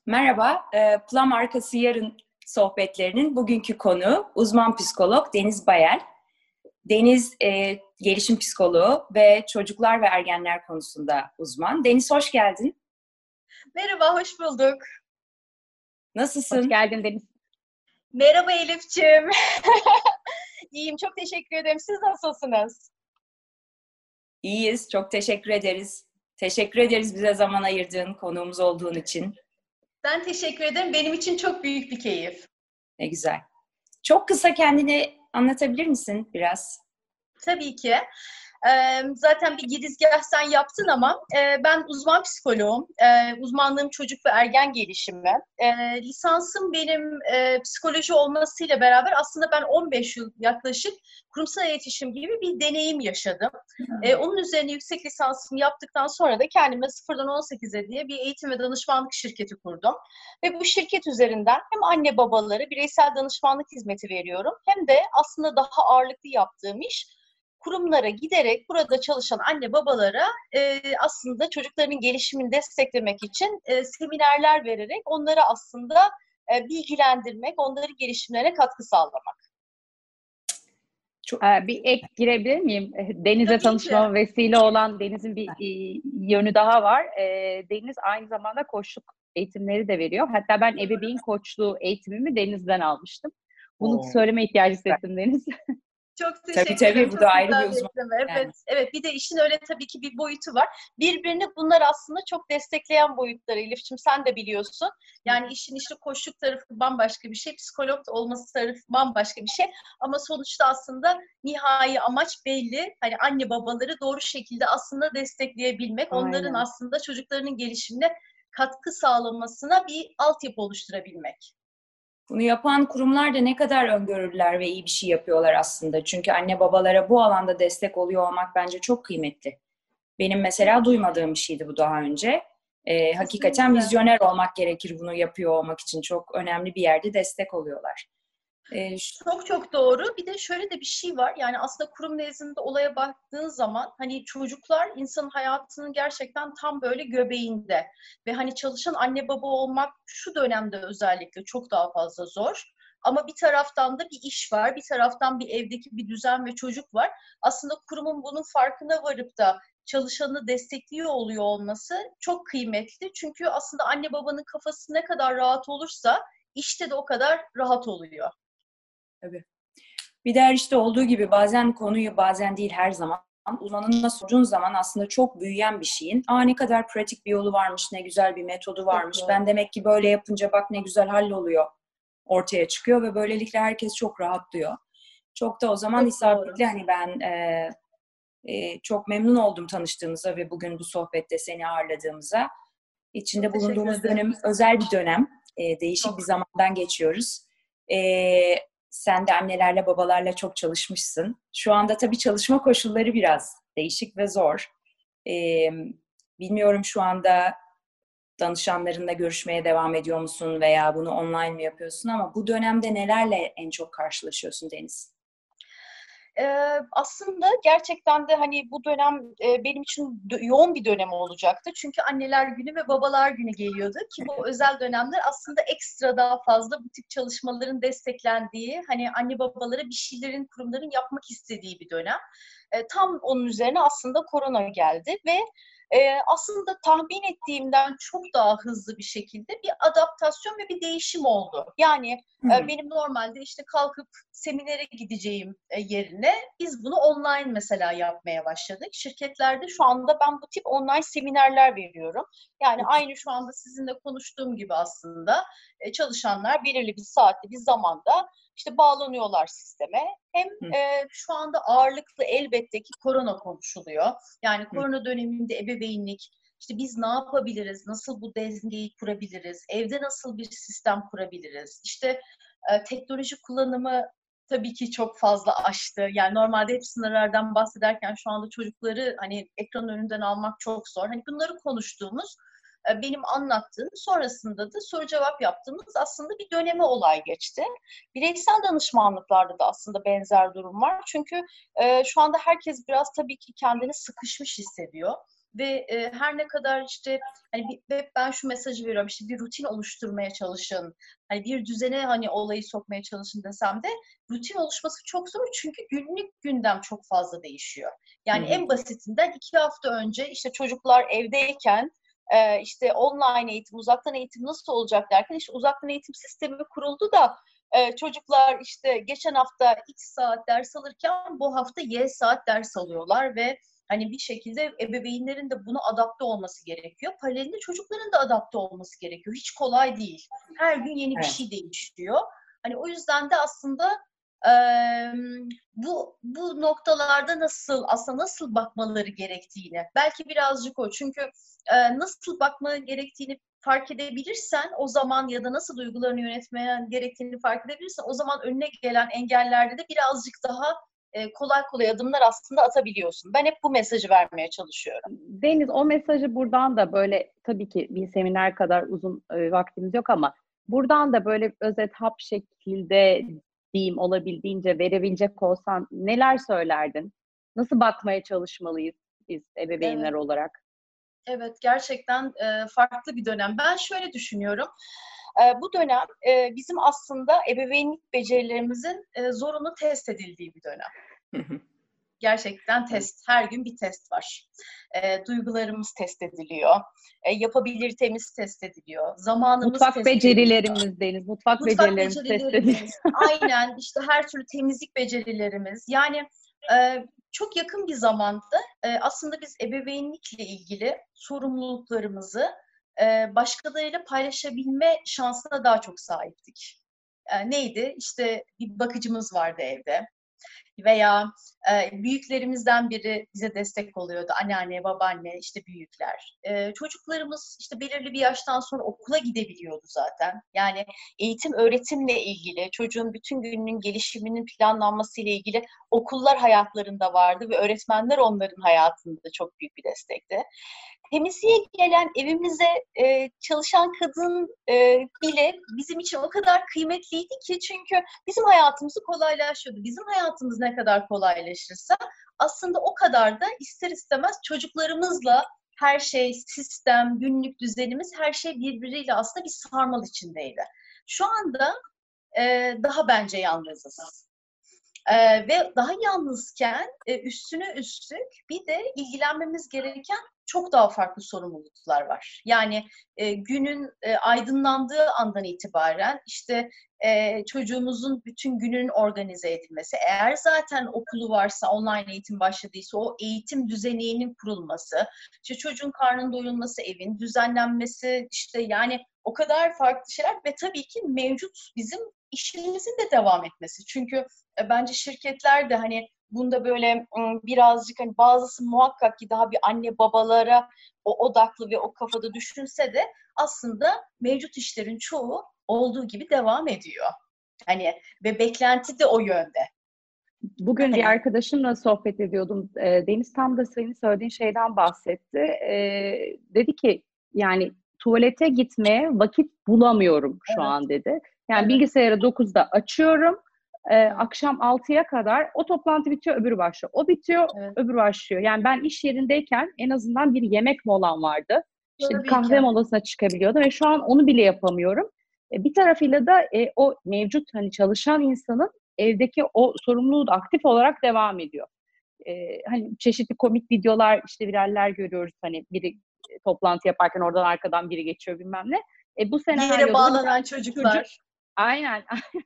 Merhaba, Plum Arkası Yarın sohbetlerinin bugünkü konuğu uzman psikolog Deniz Bayel. Deniz gelişim psikoloğu ve çocuklar ve ergenler konusunda uzman. Deniz hoş geldin. Merhaba, hoş bulduk. Nasılsın? Hoş geldin Deniz. Merhaba Elif'ciğim. İyiyim, çok teşekkür ederim. Siz nasılsınız? İyiyiz, çok teşekkür ederiz. Teşekkür ederiz bize zaman ayırdığın, konuğumuz olduğun için. Ben teşekkür ederim. Benim için çok büyük bir keyif. Ne güzel. Çok kısa kendini anlatabilir misin biraz? Tabii ki. Zaten bir girizgah sen yaptın ama ben uzman psikoloğum. Uzmanlığım çocuk ve ergen gelişimi. Lisansım benim psikoloji olmasıyla beraber aslında ben 15 yıl yaklaşık kurumsal iletişim gibi bir deneyim yaşadım. Onun üzerine yüksek lisansımı yaptıktan sonra da kendime 0'dan 18'e diye bir eğitim ve danışmanlık şirketi kurdum. Ve bu şirket üzerinden hem anne babalara bireysel danışmanlık hizmeti veriyorum hem de aslında daha ağırlıklı yaptığım iş kurumlara giderek burada çalışan anne babalara aslında çocuklarının gelişimini desteklemek için seminerler vererek onları aslında bilgilendirmek, onların gelişimlerine katkı sağlamak. Bir ek girebilir miyim? Deniz'le tanışmama vesile olan Deniz'in bir yönü daha var. Deniz aynı zamanda koçluk eğitimleri de veriyor. Hatta ben ebeveyn koçluğu eğitimimi Deniz'den almıştım. Bunu söyleme ihtiyacı hissettim Deniz. Çok teşekkür ederim. Tabii bu da ayrı bir uzman. Evet, yani. Evet. Bir de işin öyle tabii ki bir boyutu var. Birbirini bunlar aslında çok destekleyen boyutları Elif'ciğim sen de biliyorsun. Yani işin işte koçluk tarafı bambaşka bir şey, psikolog olması tarafı bambaşka bir şey. Ama sonuçta aslında nihai amaç belli. Hani anne babaları doğru şekilde aslında destekleyebilmek, Aynen. onların aslında çocuklarının gelişimine katkı sağlamasına bir altyapı oluşturabilmek. Bunu yapan kurumlar da ne kadar öngörüler ve iyi bir şey yapıyorlar aslında. Çünkü anne babalara bu alanda destek oluyor olmak bence çok kıymetli. Benim mesela duymadığım bir şeydi bu daha önce. Hakikaten vizyoner olmak gerekir bunu yapıyor olmak için. Çok önemli bir yerde destek oluyorlar. Çok doğru. Bir de şöyle de bir şey var. Yani aslında kurum nezdinde olaya baktığın zaman hani çocuklar insanın hayatının gerçekten tam böyle göbeğinde. Ve hani çalışan anne baba olmak şu dönemde özellikle çok daha fazla zor. Ama bir taraftan da bir iş var. Bir taraftan bir evdeki bir düzen ve çocuk var. Aslında kurumun bunun farkına varıp da çalışanı destekliyor oluyor olması çok kıymetli. Çünkü aslında anne babanın kafası ne kadar rahat olursa işte de o kadar rahat oluyor. Tabii. Bir de her işte olduğu gibi bazen konuyu bazen değil her zaman uzmanına sorduğun zaman aslında çok büyüyen bir şeyin ne kadar pratik bir yolu varmış, ne güzel bir metodu varmış. Ben demek ki böyle yapınca bak ne güzel halloluyor ortaya çıkıyor ve böylelikle herkes çok rahatlıyor. Çok da o zaman isabetli hani ben çok memnun oldum tanıştığımıza ve bugün bu sohbette seni ağırladığımıza. İçinde bulunduğumuz dönem özel bir dönem. Değişik bir zamandan geçiyoruz. Sen de annelerle babalarla çok çalışmışsın. Şu anda tabii çalışma koşulları biraz değişik ve zor. Bilmiyorum şu anda danışanlarınla görüşmeye devam ediyor musun veya bunu online mi yapıyorsun ama bu dönemde nelerle en çok karşılaşıyorsun Deniz? Aslında gerçekten de hani bu dönem benim için yoğun bir dönem olacaktı. Çünkü anneler günü ve babalar günü geliyordu ki bu özel dönemler aslında ekstra daha fazla bu tip çalışmaların desteklendiği, hani anne babalara bir şeylerin, kurumların yapmak istediği bir dönem. Tam onun üzerine aslında korona geldi ve aslında tahmin ettiğimden çok daha hızlı bir şekilde bir adaptasyon ve bir değişim oldu. Yani benim normalde işte kalkıp seminere gideceğim yerine biz bunu online mesela yapmaya başladık. Şirketlerde şu anda ben bu tip online seminerler veriyorum. Yani aynı şu anda sizinle konuştuğum gibi aslında çalışanlar belirli bir saatte, bir zamanda işte bağlanıyorlar sisteme. Hem şu anda ağırlıklı elbette ki korona konuşuluyor. Yani korona döneminde ebeveynlik, işte biz ne yapabiliriz, nasıl bu dengeyi kurabiliriz, evde nasıl bir sistem kurabiliriz, işte teknoloji kullanımı tabii ki çok fazla aştı. Yani normalde hep sınırlardan bahsederken şu anda çocukları hani ekran önünden almak çok zor. Hani bunları konuştuğumuz, benim anlattığım, sonrasında da soru cevap yaptığımız aslında bir döneme olay geçti. Bireysel danışmanlıklarda da aslında benzer durum var. Çünkü şu anda herkes biraz tabii ki kendini sıkışmış hissediyor. ve her ne kadar işte hani hep ben şu mesajı veriyorum, işte bir rutin oluşturmaya çalışın, hani bir düzene hani olayı sokmaya çalışın desem de rutin oluşması çok zor çünkü günlük gündem çok fazla değişiyor. Yani en basitinden 2 hafta önce işte çocuklar evdeyken işte online eğitim, uzaktan eğitim nasıl olacak derken işte uzaktan eğitim sistemi kuruldu da çocuklar işte geçen hafta X saat ders alırken bu hafta Y saat ders alıyorlar ve hani bir şekilde ebeveynlerin de buna adapte olması gerekiyor. Paralelinde çocukların da adapte olması gerekiyor. Hiç kolay değil. Her gün yeni bir şey değişiyor. Hani o yüzden de aslında bu noktalarda nasıl bakmaları gerektiğini, belki birazcık o. Çünkü nasıl bakmaları gerektiğini fark edebilirsen o zaman ya da nasıl duygularını yönetmeye gerektiğini fark edebilirsen o zaman önüne gelen engellerde de birazcık daha kolay kolay adımlar aslında atabiliyorsun. Ben hep bu mesajı vermeye çalışıyorum. Deniz, o mesajı buradan da böyle, tabii ki bir seminer kadar uzun vaktimiz yok ama buradan da böyle özet hap şekilde diyeyim, olabildiğince verebilecek olsan neler söylerdin? Nasıl bakmaya çalışmalıyız biz ebeveynler Evet. olarak? Evet, gerçekten farklı bir dönem. Ben şöyle düşünüyorum. Bu dönem bizim aslında ebeveynlik becerilerimizin zorunlu test edildiği bir dönem. Gerçekten test. Her gün bir test var. Duygularımız test ediliyor. Yapabilitemiz test ediliyor. Zamanımız Mutfak test ediliyor. becerilerimiz Deniz, mutfak Mutfak becerilerimiz test ediliyor. becerilerimiz, aynen işte her türlü temizlik becerilerimiz. Yani çok yakın bir zamanda aslında biz ebeveynlikle ilgili sorumluluklarımızı başkalarıyla paylaşabilme şansına daha çok sahiptik. Neydi? İşte bir bakıcımız vardı evde. Veya büyüklerimizden biri bize destek oluyordu. Anneanne, babaanne, işte büyükler. Çocuklarımız işte belirli bir yaştan sonra okula gidebiliyordu zaten. Yani eğitim öğretimle ilgili, çocuğun bütün gününün gelişiminin planlanması ile ilgili okullar hayatlarında vardı ve öğretmenler onların hayatında çok büyük bir destekti. Temizliğe gelen evimize çalışan kadın bile bizim için o kadar kıymetliydi ki, çünkü bizim hayatımızı kolaylaştırıyordu. Bizim hayatımız ne kadar kolaylaşırsa aslında o kadar da ister istemez çocuklarımızla her şey, sistem, günlük düzenimiz, her şey birbiriyle aslında bir sarmal içindeydi. Şu anda daha bence yalnızız. Ve daha yalnızken üstüne üstlük bir de ilgilenmemiz gereken çok daha farklı sorumluluklar var. Yani günün aydınlandığı andan itibaren işte çocuğumuzun bütün günün organize edilmesi, eğer zaten okulu varsa, online eğitim başladıysa o eğitim düzeninin kurulması, işte çocuğun karnının doyulması, evin düzenlenmesi, işte yani o kadar farklı şeyler ve tabii ki mevcut bizim işimizin de devam etmesi. Çünkü bence şirketler de hani bunda böyle birazcık, hani bazısı muhakkak ki daha bir anne babalara o odaklı ve o kafada düşünse de aslında mevcut işlerin çoğu olduğu gibi devam ediyor. Hani ve beklenti de o yönde. Bugün bir Hani arkadaşımla sohbet ediyordum. Deniz tam da senin söylediğin şeyden bahsetti. Dedi ki yani tuvalete gitmeye vakit bulamıyorum şu evet, an dedi. Yani evet, bilgisayarı 9'da açıyorum. Akşam 6'ya kadar o toplantı bitiyor, öbürü başlıyor. O bitiyor, evet. öbürü başlıyor. Yani ben iş yerindeyken en azından bir yemek molam vardı. İşte bir Tabii ki. kahve molasına çıkabiliyordum ve şu an onu bile yapamıyorum. Bir tarafıyla da o mevcut hani çalışan insanın evdeki o sorumluluğu da aktif olarak devam ediyor. Hani çeşitli komik videolar, işte viraller görüyoruz. Hani biri toplantı yaparken oradan arkadan biri geçiyor bilmem ne. Bu Bir yere senaryoda da bir bağlanan tane çocuk, çocuklar. aynen.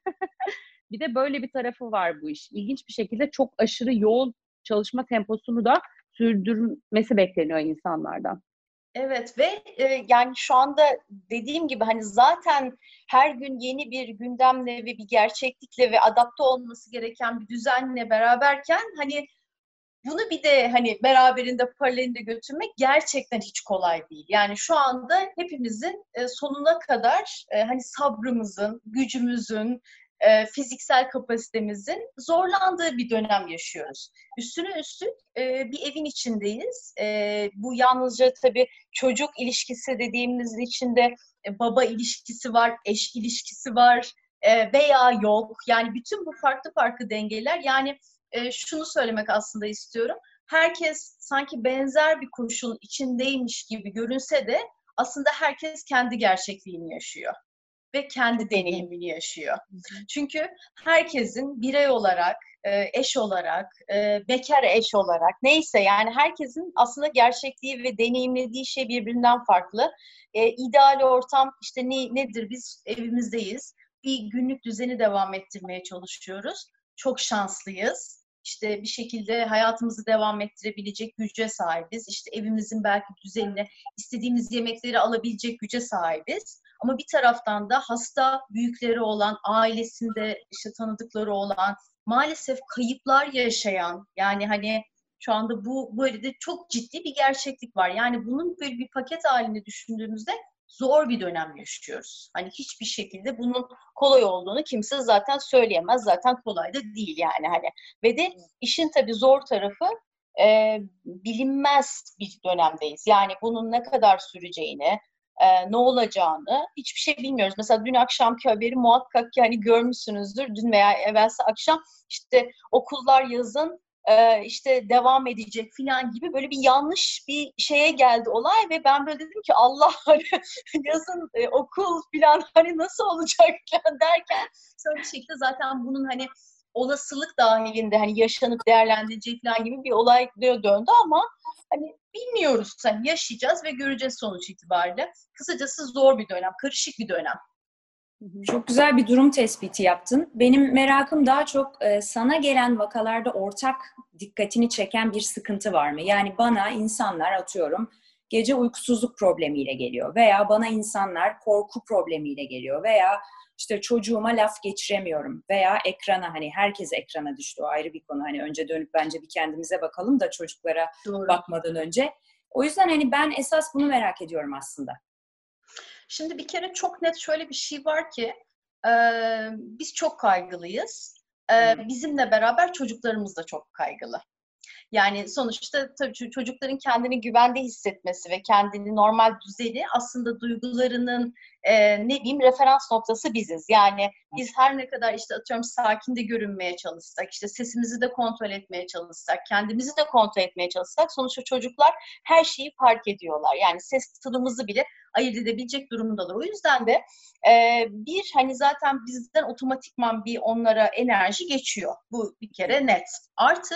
Bir de böyle bir tarafı var bu iş. İlginç bir şekilde çok aşırı yoğun çalışma temposunu da sürdürmesi bekleniyor insanlardan. Evet ve yani şu anda dediğim gibi hani zaten her gün yeni bir gündemle ve bir gerçeklikle ve adapte olması gereken bir düzenle beraberken hani bunu bir de hani beraberinde paralelinde götürmek gerçekten hiç kolay değil. Yani şu anda hepimizin sonuna kadar hani sabrımızın, gücümüzün, fiziksel kapasitemizin zorlandığı bir dönem yaşıyoruz. Üstüne üstlük bir evin içindeyiz. Bu yalnızca tabii çocuk ilişkisi dediğimiz içinde baba ilişkisi var, eş ilişkisi var veya yok. Yani bütün bu farklı farklı dengeler, yani şunu söylemek aslında istiyorum. herkes sanki benzer bir koşulun içindeymiş gibi görünse de aslında herkes kendi gerçekliğini yaşıyor ve kendi deneyimini yaşıyor. Çünkü herkesin birey olarak, eş olarak, bekar eş olarak, neyse yani herkesin aslında gerçekliği ve deneyimlediği şey birbirinden farklı. İdeal ortam işte nedir? Biz evimizdeyiz. Bir günlük düzeni devam ettirmeye çalışıyoruz. Çok şanslıyız. İşte bir şekilde hayatımızı devam ettirebilecek güce sahibiz. İşte evimizin belki düzenine, istediğimiz yemekleri alabilecek güce sahibiz. Ama bir taraftan da hasta büyükleri olan, ailesinde işte tanıdıkları olan, maalesef kayıplar yaşayan, yani hani şu anda bu böyle de çok ciddi bir gerçeklik var. Yani bunun böyle bir paket halinde düşündüğümüzde zor bir dönem yaşıyoruz. Hani hiçbir şekilde bunun kolay olduğunu kimse zaten söyleyemez. Zaten kolay da değil yani hani. Ve de işin tabii zor tarafı bilinmez bir dönemdeyiz. Yani bunun ne kadar süreceğini, ne olacağını hiçbir şey bilmiyoruz. Mesela dün akşamki haberi muhakkak ki hani görmüşsünüzdür. Dün veya evvelsi akşam işte okullar yazın işte devam edecek falan gibi böyle bir yanlış bir şeye geldi olay ve ben böyle dedim ki Allah hani yazın okul falan hani nasıl olacak falan derken sonra bir şekilde zaten bunun hani olasılık dahilinde hani yaşanıp değerlendirilecek falan gibi bir olay döndü ama hani bilmiyoruz. Hani yaşayacağız ve göreceğiz sonuç itibariyle. Kısacası zor bir dönem, karışık bir dönem. Çok güzel bir durum tespiti yaptın. Benim merakım daha çok sana gelen vakalarda ortak dikkatini çeken bir sıkıntı var mı? Yani bana insanlar atıyorum gece uykusuzluk problemiyle geliyor veya bana insanlar korku problemiyle geliyor veya işte çocuğuma laf geçiremiyorum veya ekrana hani herkes ekrana düştü o ayrı bir konu. Hani önce dönüp bence bir kendimize bakalım da çocuklara bakmadan önce. O yüzden hani ben esas bunu merak ediyorum aslında. Şimdi bir kere çok net şöyle bir şey var ki biz çok kaygılıyız. Bizimle beraber çocuklarımız da çok kaygılı. Yani sonuçta tabii çocukların kendini güvende hissetmesi ve kendini normal düzeni aslında duygularının ne diyeyim referans noktası biziz. Yani biz her ne kadar işte atıyorum sakin de görünmeye çalışsak, işte sesimizi de kontrol etmeye çalışsak, kendimizi de kontrol etmeye çalışsak sonuçta çocuklar her şeyi fark ediyorlar. Yani ses tınımızı bile ayırt edebilecek durumdalar. O yüzden de bir hani zaten bizden otomatikman bir onlara enerji geçiyor. Bu bir kere net. Artı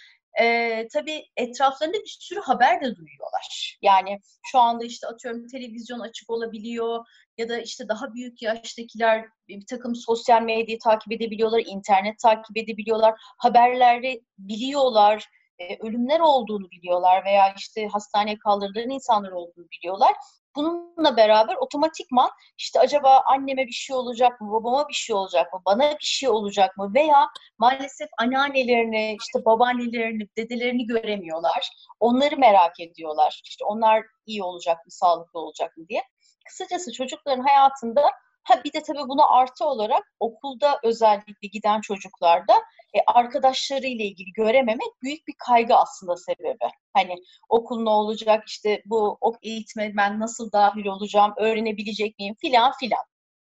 tabii etraflarında bir sürü haber de duyuyorlar. Yani şu anda işte atıyorum televizyon açık olabiliyor ya da işte daha büyük yaştakiler bir takım sosyal medyayı takip edebiliyorlar, internet takip edebiliyorlar, haberleri biliyorlar, ölümler olduğunu biliyorlar veya işte hastaneye kaldırılan insanlar olduğunu biliyorlar. Bununla beraber otomatikman işte acaba anneme bir şey olacak mı, babama bir şey olacak mı, bana bir şey olacak mı veya maalesef anneannelerini, işte babaannelerini, dedelerini göremiyorlar. Onları merak ediyorlar. İşte onlar iyi olacak mı, sağlıklı olacak mı diye. Kısacası çocukların hayatında bir de tabii buna artı olarak okulda özellikle giden çocuklarda arkadaşlarıyla ilgili görememek büyük bir kaygı aslında sebebi. Hani okul ne olacak, işte bu eğitime ben nasıl dahil olacağım, öğrenebilecek miyim filan filan.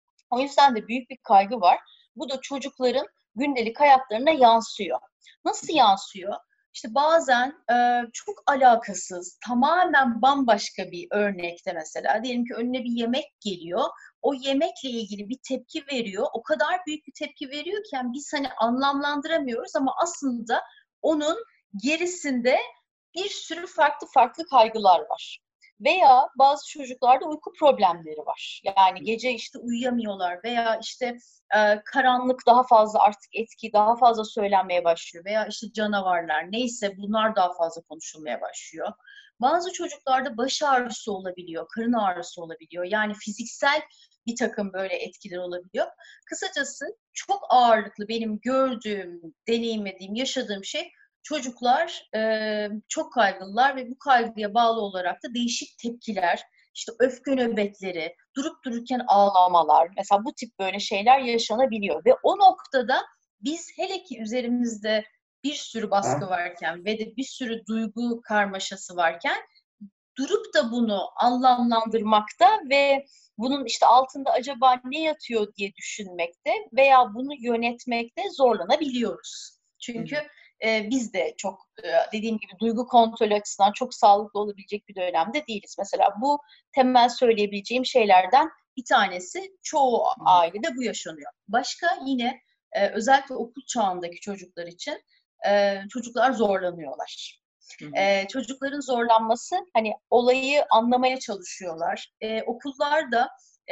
O yüzden de büyük bir kaygı var. Bu da çocukların gündelik hayatlarına yansıyor. Nasıl yansıyor? İşte bazen çok alakasız, tamamen bambaşka bir örnekte mesela diyelim ki önüne bir yemek geliyor. O yemekle ilgili bir tepki veriyor. O kadar büyük bir tepki veriyor ki yani biz hani anlamlandıramıyoruz ama aslında onun gerisinde bir sürü farklı kaygılar var. Veya bazı çocuklarda uyku problemleri var. Yani gece işte uyuyamıyorlar veya işte karanlık daha fazla artık daha fazla söylenmeye başlıyor veya işte canavarlar neyse bunlar daha fazla konuşulmaya başlıyor. Bazı çocuklarda baş ağrısı olabiliyor, karın ağrısı olabiliyor. Yani fiziksel bir takım böyle etkiler olabiliyor. Kısacası çok ağırlıklı benim gördüğüm, deneyimlediğim, yaşadığım şey çocuklar çok kaygılılar ve bu kaygıya bağlı olarak da değişik tepkiler, işte öfke nöbetleri, durup dururken ağlamalar, mesela bu tip böyle şeyler yaşanabiliyor. Ve o noktada biz hele ki üzerimizde bir sürü baskı varken ve de bir sürü duygu karmaşası varken durup da bunu anlamlandırmakta ve bunun işte altında acaba ne yatıyor diye düşünmekte veya bunu yönetmekte zorlanabiliyoruz. Çünkü biz de çok dediğim gibi duygu kontrolü açısından çok sağlıklı olabilecek bir dönemde değiliz. Mesela bu temel söyleyebileceğim şeylerden bir tanesi, çoğu ailede bu yaşanıyor. Başka yine özellikle okul çağındaki çocuklar için çocuklar zorlanıyorlar. Çocukların zorlanması, hani olayı anlamaya çalışıyorlar. Okullarda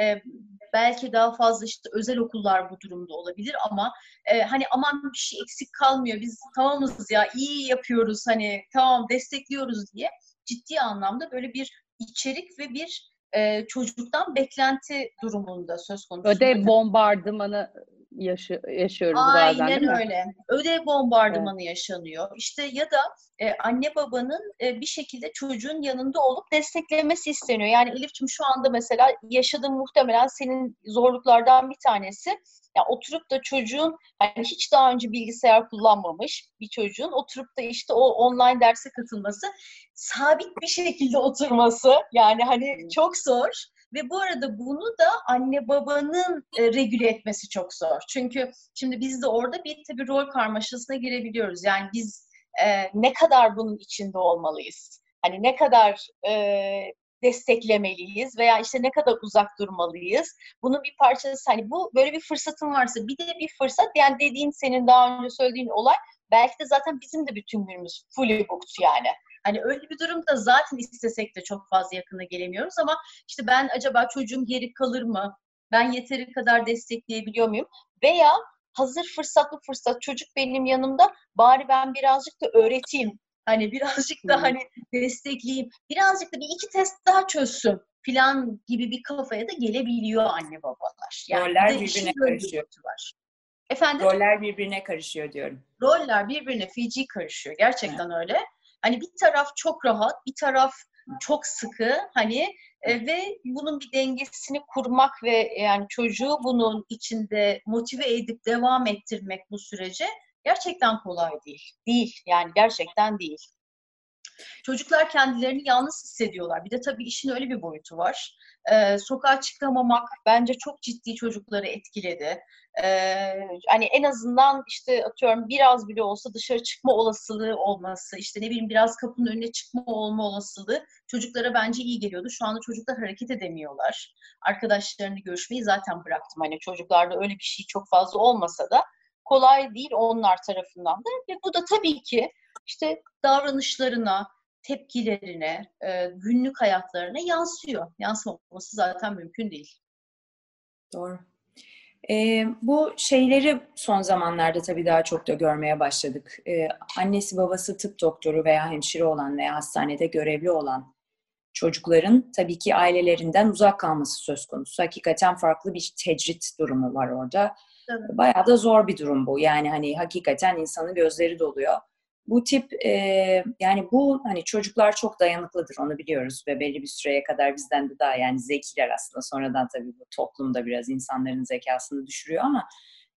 belki daha fazla işte özel okullar bu durumda olabilir ama hani aman bir şey eksik kalmıyor, biz tamamız ya, iyi yapıyoruz, hani tamam destekliyoruz diye ciddi anlamda böyle bir içerik ve bir çocuktan beklenti durumunda söz konusu. Ödev bombardımanı yaşıyoruz bazen, değil Aynen mi? öyle. Ödev bombardımanı yaşanıyor. İşte ya da anne babanın bir şekilde çocuğun yanında olup desteklemesi isteniyor. Yani Elif'ciğim şu anda mesela yaşadığın muhtemelen senin zorluklardan bir tanesi. Yani oturup da çocuğun, hani hiç daha önce bilgisayar kullanmamış bir çocuğun oturup da işte o online derse katılması, sabit bir şekilde oturması, yani hani çok zor. Ve bu arada bunu da anne babanın regüle etmesi çok zor. Çünkü şimdi biz de orada bir tabii rol karmaşasına girebiliyoruz. Yani biz ne kadar bunun içinde olmalıyız? Hani ne kadar desteklemeliyiz veya işte ne kadar uzak durmalıyız? Bunun bir parçası, hani bu böyle bir fırsatın varsa, bir de bir fırsat, yani dediğin, senin daha önce söylediğin olay belki de zaten bizim de bütün günümüz fully booked yani. Hani öyle bir durumda zaten istesek de çok fazla yakına gelemiyoruz ama işte ben acaba çocuğum geri kalır mı? Ben yeteri kadar destekleyebiliyor muyum? Veya hazır fırsatlı fırsat, çocuk benim yanımda, bari ben birazcık da öğreteyim. Hani birazcık da hani destekleyeyim. Birazcık da bir iki test daha çözsün falan gibi bir kafaya da gelebiliyor anne babalar. Yani Roller bir de birbirine işin böyle bir karışıyor. boyutu var. Efendim? Roller birbirine karışıyor diyorum. Roller birbirine feci karışıyor. Gerçekten öyle. Hani bir taraf çok rahat, bir taraf çok sıkı, hani ve bunun bir dengesini kurmak ve yani çocuğu bunun içinde motive edip devam ettirmek bu sürece gerçekten kolay değil. Değil, yani gerçekten değil. Çocuklar kendilerini yalnız hissediyorlar. Bir de tabii işin öyle bir boyutu var. Sokağa çıkamamak bence çok ciddi çocukları etkiledi. Hani en azından işte atıyorum biraz bile olsa dışarı çıkma olasılığı olması, işte ne bileyim biraz kapının önüne çıkma olma olasılığı çocuklara bence iyi geliyordu. Şu anda çocuklar hareket edemiyorlar. Arkadaşlarını görüşmeyi zaten bıraktım. Hani çocuklarda öyle bir şey çok fazla olmasa da kolay değil onlar tarafından da. Ve bu da tabii ki işte davranışlarına, tepkilerine, günlük hayatlarına yansıyor. Yansımaması zaten mümkün değil. Doğru. Bu şeyleri son zamanlarda tabii daha çok da görmeye başladık. Annesi babası tıp doktoru veya hemşire olan veya hastanede görevli olan çocukların tabii ki ailelerinden uzak kalması söz konusu. Hakikaten farklı bir tecrit durumu var orada. Evet. Bayağı da zor bir durum bu. Yani hani hakikaten insanın gözleri doluyor. Bu tip yani bu hani çocuklar çok dayanıklıdır, onu biliyoruz ve belli bir süreye kadar bizden de daha yani zekiler aslında. Sonradan tabii bu toplumda biraz insanların zekasını düşürüyor ama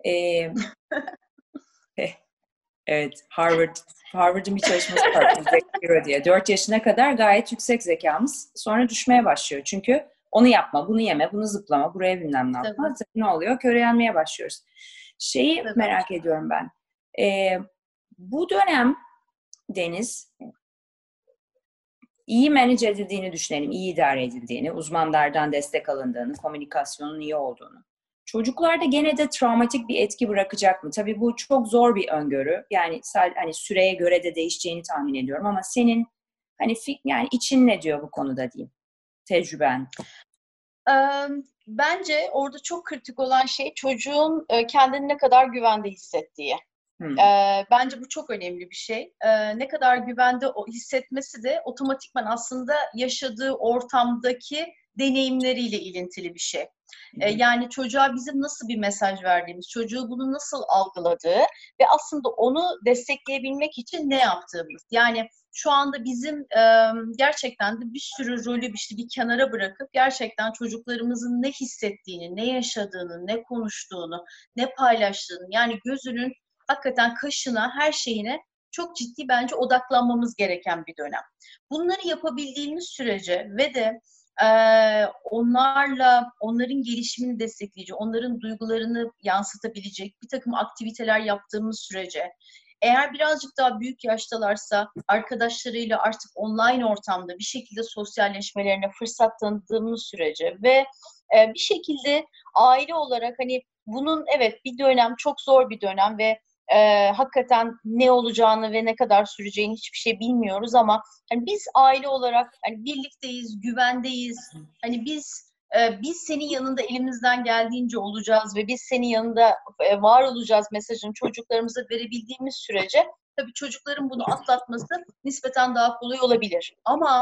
evet, Harvard'ın bir çalışması var Zeki Zero diye. 4 yaşına kadar gayet yüksek zekamız sonra düşmeye başlıyor. Çünkü onu yapma, bunu yeme, bunu zıplama, buraya bilmem ne yapma. Tabii. Tabii ne oluyor? Körelmeye başlıyoruz. Şeyi Tabii. merak ediyorum ben. Bu dönem Deniz, iyi manage edildiğini düşünelim, iyi idare edildiğini, uzmanlardan destek alındığını, komünikasyonun iyi olduğunu. Çocuklarda gene de travmatik bir etki bırakacak mı? Tabii bu çok zor bir öngörü. Yani hani süreye göre de değişeceğini tahmin ediyorum ama senin hani yani için ne diyor bu konuda diyeyim? Tecrüben. Bence orada çok kritik olan şey çocuğun kendini ne kadar güvende hissettiği. Bence bu çok önemli bir şey. Ne kadar güvende hissetmesi de otomatikman aslında yaşadığı ortamdaki deneyimleriyle ilintili bir şey. Yani çocuğa bizim nasıl bir mesaj verdiğimiz, çocuğu bunu nasıl algıladığı ve aslında onu destekleyebilmek için ne yaptığımız. Yani şu anda bizim gerçekten de bir sürü rolü işte bir kenara bırakıp gerçekten çocuklarımızın ne hissettiğini, ne yaşadığını, ne konuştuğunu, ne paylaştığını, yani gözünün hakikaten kaşına, her şeyine çok ciddi bence odaklanmamız gereken bir dönem. Bunları yapabildiğimiz sürece ve de onların gelişimini destekleyici, onların duygularını yansıtabilecek bir takım aktiviteler yaptığımız sürece, Eğer birazcık daha büyük yaştalarsa arkadaşlarıyla artık online ortamda bir şekilde sosyalleşmelerine fırsat tanıdığımız sürece ve bir şekilde aile olarak hani bunun evet bir dönem çok zor bir dönem ve hakikaten ne olacağını ve ne kadar süreceğini hiçbir şey bilmiyoruz ama hani biz aile olarak hani birlikteyiz, güvendeyiz. Hani biz senin yanında elimizden geldiğince olacağız ve biz senin yanında var olacağız mesajını çocuklarımıza verebildiğimiz sürece tabii çocukların bunu atlatması nispeten daha kolay olabilir. Ama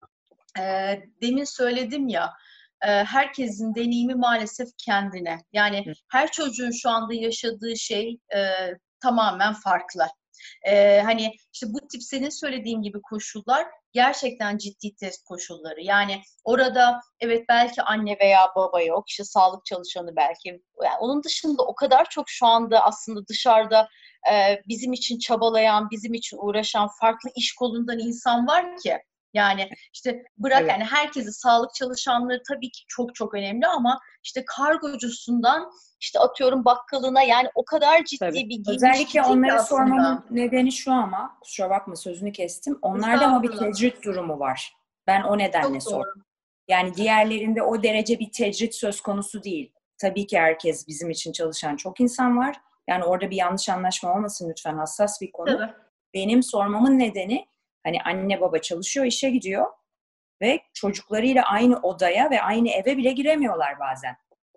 demin söyledim ya, herkesin deneyimi maalesef kendine. Yani her çocuğun şu anda yaşadığı şey tamamen farklı. Hani işte bu tip senin söylediğin gibi koşullar gerçekten ciddi test koşulları. Yani orada evet belki anne veya baba yok, işte sağlık çalışanı belki. Yani onun dışında o kadar çok şu anda aslında dışarıda bizim için çabalayan, bizim için uğraşan farklı iş kolundan insan var ki. Yani işte bırak Evet. yani herkesi, sağlık çalışanları tabii ki çok çok önemli ama işte kargocusundan işte atıyorum bakkalına, yani o kadar ciddi Tabii. bir geniş Özellikle kitle ki onları aslında. sormamın nedeni şu, ama kusura bakma sözünü kestim. Onlarda ama bir Estağfurullah. tecrit durumu var. Ben o nedenle Çok sordum. doğru. Yani diğerlerinde o derece bir tecrit söz konusu değil. Tabii ki herkes, bizim için çalışan çok insan var. Yani orada bir yanlış anlaşma olmasın lütfen, hassas bir konu. Tabii. Benim sormamın nedeni, hani anne baba çalışıyor, işe gidiyor ve çocuklarıyla aynı odaya ve aynı eve bile giremiyorlar bazen.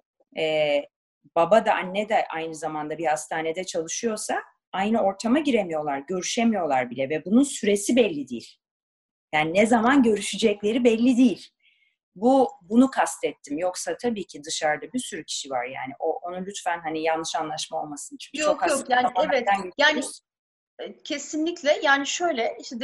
Baba da anne de aynı zamanda bir hastanede çalışıyorsa aynı ortama giremiyorlar, görüşemiyorlar bile ve bunun süresi belli değil. Yani ne zaman görüşecekleri belli değil. Bunu kastettim. Yoksa tabii ki dışarıda bir sürü kişi var yani. Onu lütfen hani yanlış anlaşma olmasın. Çünkü çok Yok hassas yok, yani evet, zamanlardan yani geçiyoruz. kesinlikle, yani şöyle işte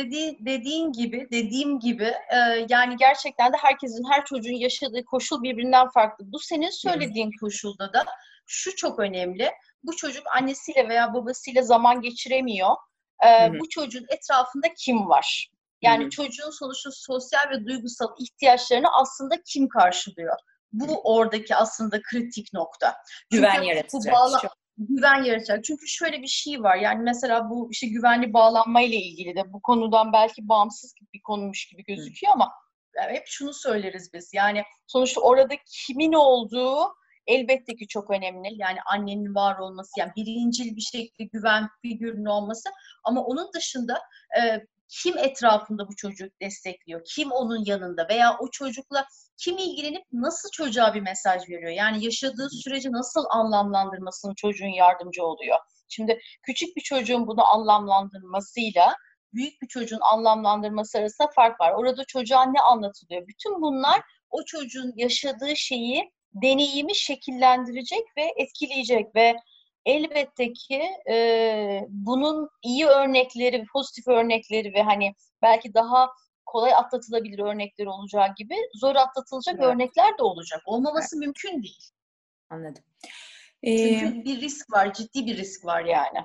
dediğim gibi yani gerçekten de herkesin, her çocuğun yaşadığı koşul birbirinden farklı. Bu senin söylediğin koşulda da şu çok önemli. Bu çocuk annesiyle veya babasıyla zaman geçiremiyor. Hı hı, Bu çocuğun etrafında kim var? hı Yani hı. çocuğun sonuçta sosyal ve duygusal ihtiyaçlarını aslında kim karşılıyor? Bu oradaki aslında kritik nokta. Güven Çünkü bu yaratacak kişi. güven yaratacak. Çünkü şöyle bir şey var. Yani mesela bu işte güvenli bağlanma ile ilgili de bu konudan belki bağımsız bir konumuş gibi gözüküyor ama yani hep şunu söyleriz biz. Yani sonuçta orada kimin olduğu elbette ki çok önemli. Yani annenin var olması, yani birincil bir şekilde güven figürünün olması, ama onun dışında kim etrafında bu çocuğu destekliyor? Kim onun yanında veya o çocukla kim ilgilenip nasıl çocuğa bir mesaj veriyor? Yani yaşadığı süreci nasıl anlamlandırmasını çocuğun yardımcı oluyor. Şimdi küçük bir çocuğun bunu anlamlandırmasıyla büyük bir çocuğun anlamlandırması arasında fark var. Orada çocuğa ne anlatılıyor? Bütün bunlar o çocuğun yaşadığı şeyi, deneyimi şekillendirecek ve etkileyecek ve elbette ki bunun iyi örnekleri, pozitif örnekleri ve hani belki daha kolay atlatılabilir örnekleri olacağı gibi zor atlatılacak Evet, örnekler de olacak. evet, Olmaması mümkün değil. anladım. Çünkü bir risk var, ciddi bir risk var yani.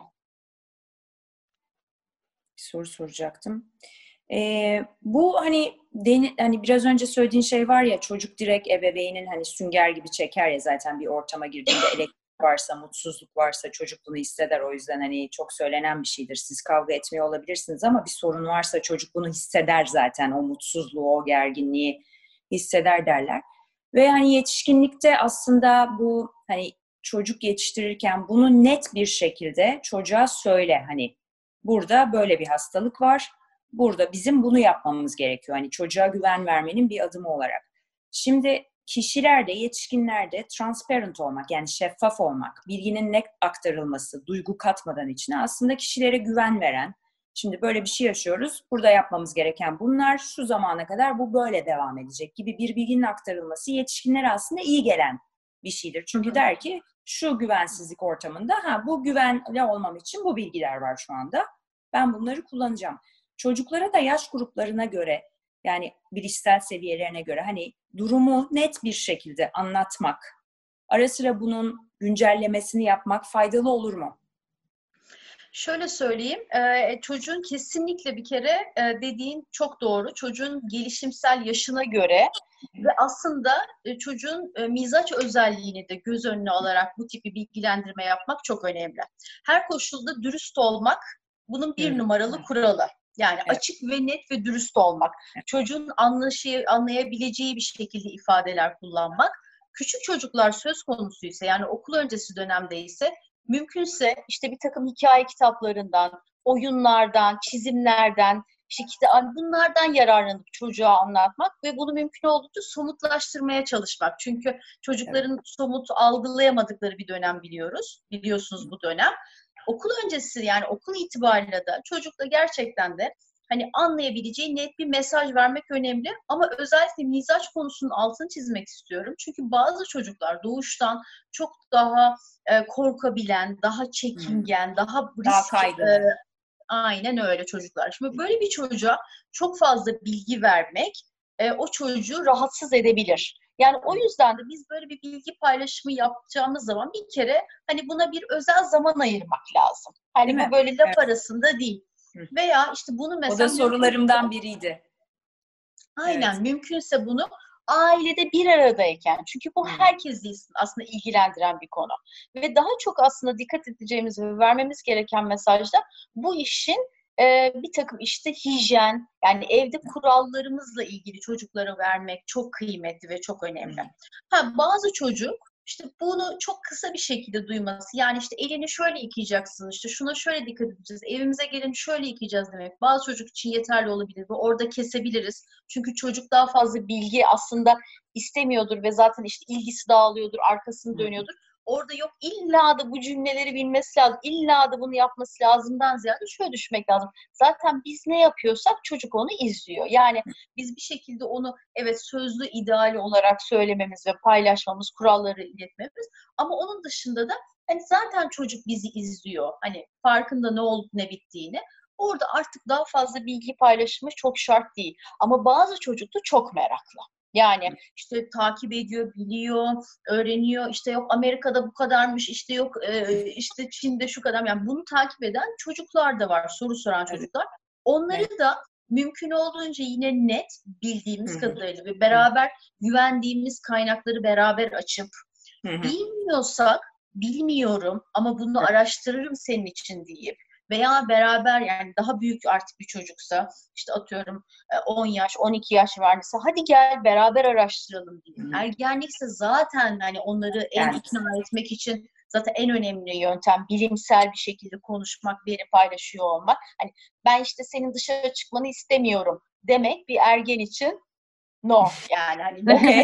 Bir soru soracaktım. Bu hani biraz önce söylediğin şey var ya, çocuk direkt ebeveynin hani sünger gibi çeker ya, zaten bir ortama girdiğinde elektrik varsa, mutsuzluk varsa çocuk bunu hisseder. O yüzden hani çok söylenen bir şeydir. Siz kavga etmiyor olabilirsiniz ama bir sorun varsa çocuk bunu hisseder zaten. O mutsuzluğu, o gerginliği hisseder derler. Ve hani yetişkinlikte aslında bu hani çocuk yetiştirirken bunu net bir şekilde çocuğa söyle, hani burada böyle bir hastalık var. Burada bizim bunu yapmamız gerekiyor. Hani çocuğa güven vermenin bir adımı olarak. Şimdi kişilerde, yetişkinlerde transparent olmak, yani şeffaf olmak, bilginin net aktarılması, duygu katmadan içine aslında kişilere güven veren, şimdi böyle bir şey yaşıyoruz, burada yapmamız gereken bunlar, şu zamana kadar bu böyle devam edecek gibi bir bilginin aktarılması yetişkinlere aslında iyi gelen bir şeydir. Çünkü der ki şu güvensizlik ortamında bu güvenli olmam için bu bilgiler var şu anda. Ben bunları kullanacağım. Çocuklara da yaş gruplarına göre, yani bilişsel seviyelerine göre hani durumu net bir şekilde anlatmak, ara sıra bunun güncellemesini yapmak faydalı olur mu? Şöyle söyleyeyim, çocuğun kesinlikle bir kere dediğin çok doğru. Çocuğun gelişimsel yaşına göre ve aslında çocuğun mizaç özelliğini de göz önüne alarak bu tipi bilgilendirme yapmak çok önemli. Her koşulda dürüst olmak bunun bir numaralı kuralı. Yani açık ve net ve dürüst olmak. Çocuğun anlayabileceği bir şekilde ifadeler kullanmak. Küçük çocuklar söz konusuysa, yani okul öncesi dönemde ise mümkünse işte bir takım hikaye kitaplarından, oyunlardan, çizimlerden, bunlardan yararlanıp çocuğa anlatmak ve bunu mümkün olduğunca somutlaştırmaya çalışmak. Çünkü çocukların somut algılayamadıkları bir dönem biliyorsunuz bu dönem. Okul öncesi, yani okul itibariyle de çocukla gerçekten de hani anlayabileceği net bir mesaj vermek önemli. Ama özellikle mizaç konusunun altını çizmek istiyorum. Çünkü bazı çocuklar doğuştan çok daha korkabilen, daha çekingen, daha kaygılı. Aynen öyle çocuklar. Şimdi böyle bir çocuğa çok fazla bilgi vermek o çocuğu rahatsız edebilir. Yani o yüzden de biz böyle bir bilgi paylaşımı yapacağımız zaman bir kere hani buna bir özel zaman ayırmak lazım. Hani bu böyle laf arasında değil. Veya işte bunu mesela... O da sorularımdan biriydi. Aynen, mümkünse bunu ailede bir aradayken, çünkü bu herkesi aslında ilgilendiren bir konu. Ve daha çok aslında dikkat edeceğimiz ve vermemiz gereken mesajda bu işin bir takım işte hijyen, yani evde kurallarımızla ilgili çocuklara vermek çok kıymetli ve çok önemli. Bazı çocuk işte bunu çok kısa bir şekilde duyması, yani işte elini şöyle yıkayacaksın, işte şuna şöyle dikkat edeceğiz, evimize gelin şöyle yıkayacağız demek bazı çocuk için yeterli olabilir ve orada kesebiliriz. Çünkü çocuk daha fazla bilgi aslında istemiyordur ve zaten işte ilgisi dağılıyordur, arkasını dönüyordur. Orada yok illa da bu cümleleri bilmesi lazım, illa da bunu yapması lazımdan ziyade şöyle düşmek lazım. Zaten biz ne yapıyorsak çocuk onu izliyor. Yani biz bir şekilde onu sözlü ideali olarak söylememiz ve paylaşmamız, kuralları iletmemiz, ama onun dışında da hani zaten çocuk bizi izliyor. Hani farkında ne olup ne bittiğini. Orada artık daha fazla bilgi paylaşımı çok şart değil. Ama bazı çocuk da çok meraklı. Yani işte takip ediyor, biliyor, öğreniyor. İşte yok Amerika'da bu kadarmış, işte yok işte Çin'de şu kadar. Yani bunu takip eden çocuklar da var, soru soran çocuklar. Onları da mümkün olduğunca yine net bildiğimiz kadarıyla ve beraber güvendiğimiz kaynakları beraber açıp bilmiyorsak bilmiyorum ama bunu araştırırım senin için deyip veya beraber, yani daha büyük artık bir çocuksa işte atıyorum 10 yaş 12 yaş varsa hadi gel beraber araştıralım diye. Ergenlikse zaten hani onları ikna etmek için zaten en önemli yöntem bilimsel bir şekilde konuşmak, veri paylaşıyor olmak. Hani ben işte senin dışarı çıkmanı istemiyorum demek bir ergen için no, yani hani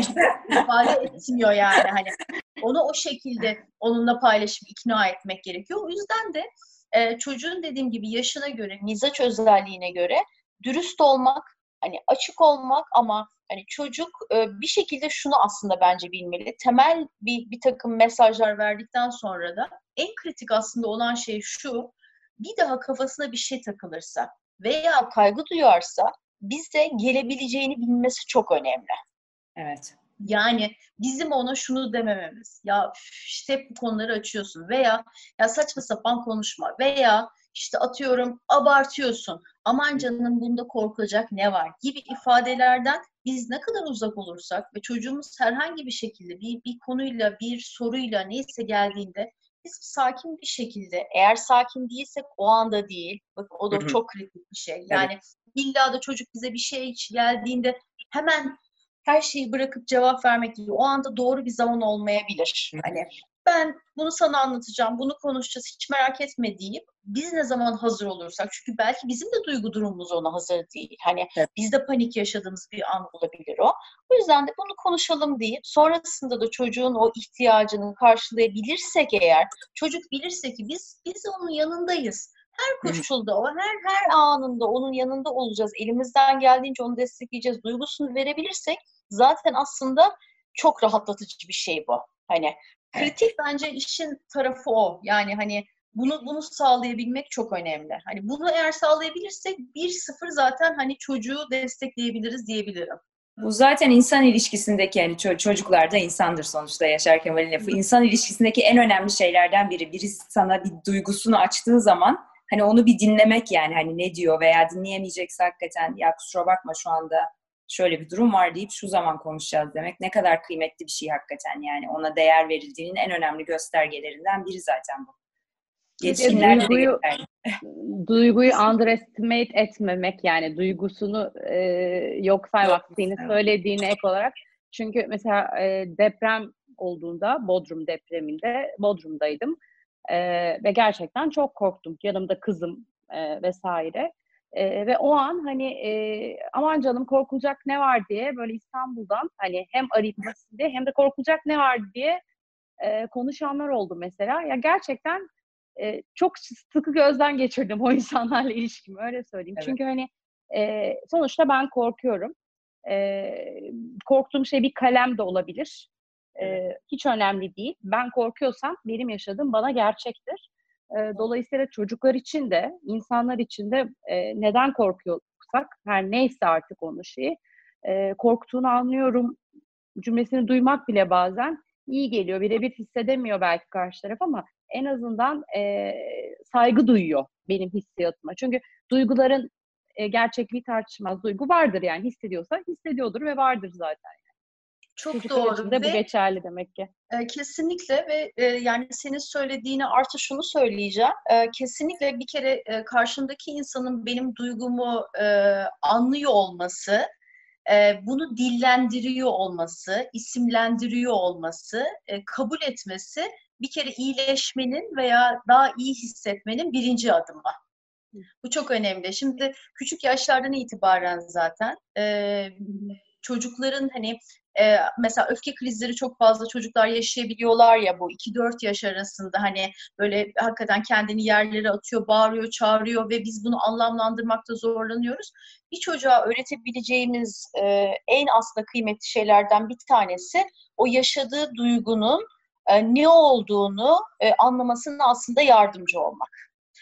ifade etmiyor yani hani onu o şekilde onunla paylaşıp ikna etmek gerekiyor. O yüzden de çocuğun dediğim gibi yaşına göre, mizaç özelliğine göre dürüst olmak, hani açık olmak, ama hani çocuk bir şekilde şunu aslında bence bilmeli. Temel bir takım mesajlar verdikten sonra da en kritik aslında olan şey şu: bir daha kafasına bir şey takılırsa veya kaygı duyarsa bize gelebileceğini bilmesi çok önemli. Evet. Yani bizim ona şunu demememiz, ya işte hep bu konuları açıyorsun veya ya saçma sapan konuşma veya işte atıyorum abartıyorsun, aman canım bunda korkacak ne var gibi ifadelerden biz ne kadar uzak olursak ve çocuğumuz herhangi bir şekilde bir konuyla, bir soruyla neyse geldiğinde biz sakin bir şekilde, eğer sakin değilsek o anda değil, bakın o da çok kritik bir şey. Yani illa da çocuk bize bir şey geldiğinde hemen her şeyi bırakıp cevap vermek gibi o anda doğru bir zaman olmayabilir. Hani ben bunu sana anlatacağım, bunu konuşacağız, hiç merak etme deyip biz ne zaman hazır olursak, çünkü belki bizim de duygu durumumuz ona hazır değil. Hani biz de panik yaşadığımız bir an olabilir o. O yüzden de bunu konuşalım deyip sonrasında da çocuğun o ihtiyacını karşılayabilirsek eğer, çocuk bilirse ki biz onun yanındayız. Her koşulda o, her anında onun yanında olacağız. Elimizden geldiğince onu destekleyeceğiz. Duygusunu verebilirsek zaten aslında çok rahatlatıcı bir şey bu. Hani kritik bence işin tarafı o. Yani hani bunu sağlayabilmek çok önemli. Hani bunu eğer sağlayabilirsek 1-0 zaten hani çocuğu destekleyebiliriz diyebilirim. Bu zaten insan ilişkisindeki, yani çocuklar da insandır sonuçta, Yaşar Kemal'in lafı. İnsan ilişkisindeki en önemli şeylerden biri. Birisi sana bir duygusunu açtığı zaman hani onu bir dinlemek, yani hani ne diyor, veya dinleyemeyecekse hakikaten ya kusura bakma şu anda şöyle bir durum var deyip şu zaman konuşacağız demek ne kadar kıymetli bir şey hakikaten, yani ona değer verildiğinin en önemli göstergelerinden biri zaten bu. Yetişkinler de Duyguyu geçerli. duyguyu underestimate etmemek, yani duygusunu yok saymak, senin Evet. söylediğine ek olarak. Çünkü mesela deprem olduğunda, Bodrum depreminde Bodrum'daydım. Ve gerçekten çok korktum. Yanımda kızım vesaire. Ve o an hani aman canım korkulacak ne var diye böyle İstanbul'dan hani hem arayıp nasıl diye hem de korkulacak ne var diye konuşanlar oldu mesela. Ya gerçekten çok sıkı gözden geçirdim o insanlarla ilişkimi, öyle söyleyeyim. Evet. Çünkü hani sonuçta ben korkuyorum. Korktuğum şey bir kalem de olabilir. Hiç önemli değil. Ben korkuyorsam benim yaşadığım bana gerçektir. Dolayısıyla çocuklar için de, insanlar için de neden korkuyorsak, her neyse artık onun şeyi, korktuğunu anlıyorum cümlesini duymak bile bazen iyi geliyor. Birebir hissedemiyor belki karşı taraf ama en azından saygı duyuyor benim hissiyatıma. Çünkü duyguların gerçekliği tartışmaz. Duygu vardır, yani hissediyorsa hissediyordur ve vardır zaten. Çok Çocuklar için doğru de bu ve geçerli demek ki. kesinlikle ve yani senin söylediğine artı şunu söyleyeceğim. Kesinlikle bir kere karşımdaki insanın benim duygumu anlıyor olması, bunu dillendiriyor olması, isimlendiriyor olması, kabul etmesi bir kere iyileşmenin veya daha iyi hissetmenin birinci adımı. Bu çok önemli. Şimdi küçük yaşlardan itibaren zaten çocukların hani mesela öfke krizleri çok fazla çocuklar yaşayabiliyorlar ya, bu 2-4 yaş arasında hani böyle hakikaten kendini yerlere atıyor, bağırıyor, çağırıyor ve biz bunu anlamlandırmakta zorlanıyoruz. Bir çocuğa öğretebileceğimiz en aslında kıymetli şeylerden bir tanesi o yaşadığı duygunun ne olduğunu anlamasına aslında yardımcı olmak.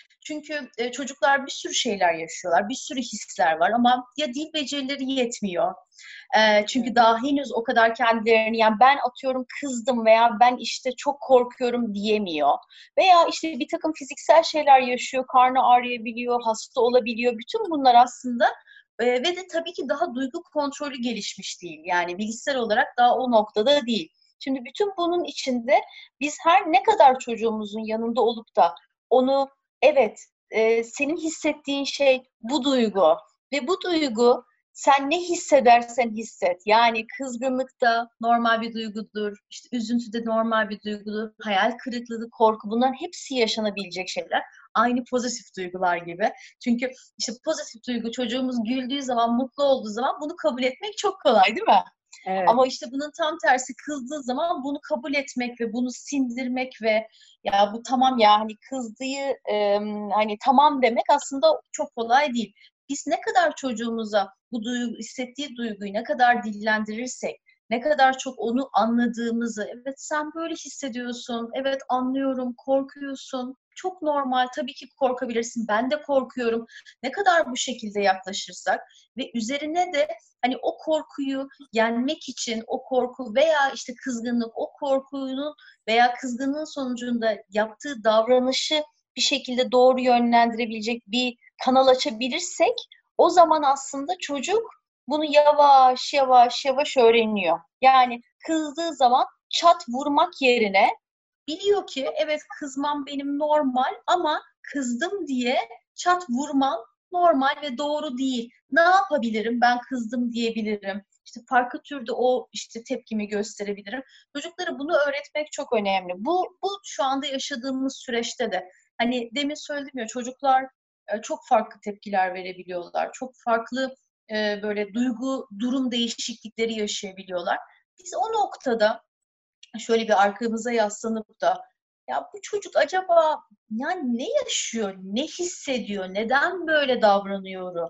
Çünkü çocuklar bir sürü şeyler yaşıyorlar, bir sürü hisler var ama ya dil becerileri yetmiyor. Çünkü daha henüz o kadar kendilerini, yani ben atıyorum kızdım veya ben işte çok korkuyorum diyemiyor. Veya işte bir takım fiziksel şeyler yaşıyor, karnı ağrıyabiliyor, hasta olabiliyor. Bütün bunlar aslında ve de tabii ki daha duygu kontrolü gelişmiş değil. Yani bilişsel olarak daha o noktada değil. Şimdi bütün bunun içinde biz her ne kadar çocuğumuzun yanında olup da onu, evet, senin hissettiğin şey bu duygu ve bu duygu sen ne hissedersen hisset. Yani kızgınlık da normal bir duygudur, işte üzüntü de normal bir duygudur, hayal kırıklığı, korku, bunların hepsi yaşanabilecek şeyler. Aynı pozitif duygular gibi. Çünkü işte pozitif duygu, çocuğumuz güldüğü zaman, mutlu olduğu zaman bunu kabul etmek çok kolay değil mi? Evet. Ama işte bunun tam tersi, kızdığı zaman bunu kabul etmek ve bunu sindirmek ve ya bu tamam ya hani kızdığı hani tamam demek aslında çok kolay değil. Biz ne kadar çocuğumuza bu duygu, hissettiği duyguyu ne kadar dillendirirsek, ne kadar çok onu anladığımızı, evet sen böyle hissediyorsun, evet anlıyorum, korkuyorsun, çok normal, tabii ki korkabilirsin, ben de korkuyorum. Ne kadar bu şekilde yaklaşırsak ve üzerine de hani o korkuyu yenmek için o korku veya işte kızgınlık, o korkunun veya kızgınlığın sonucunda yaptığı davranışı bir şekilde doğru yönlendirebilecek bir kanal açabilirsek, o zaman aslında çocuk bunu yavaş yavaş yavaş öğreniyor. Yani kızdığı zaman çat vurmak yerine biliyor ki evet kızmam benim normal ama kızdım diye çat vurmam normal ve doğru değil. Ne yapabilirim? Ben kızdım diyebilirim. İşte farklı türde o işte tepkimi gösterebilirim. Çocuklara bunu öğretmek çok önemli. Bu şu anda yaşadığımız süreçte de hani demin söyledim ya, çocuklar çok farklı tepkiler verebiliyorlar. Çok farklı böyle duygu, durum değişiklikleri yaşayabiliyorlar. Biz o noktada şöyle bir arkamıza yaslanıp da ya bu çocuk acaba yani ne yaşıyor, ne hissediyor, neden böyle davranıyor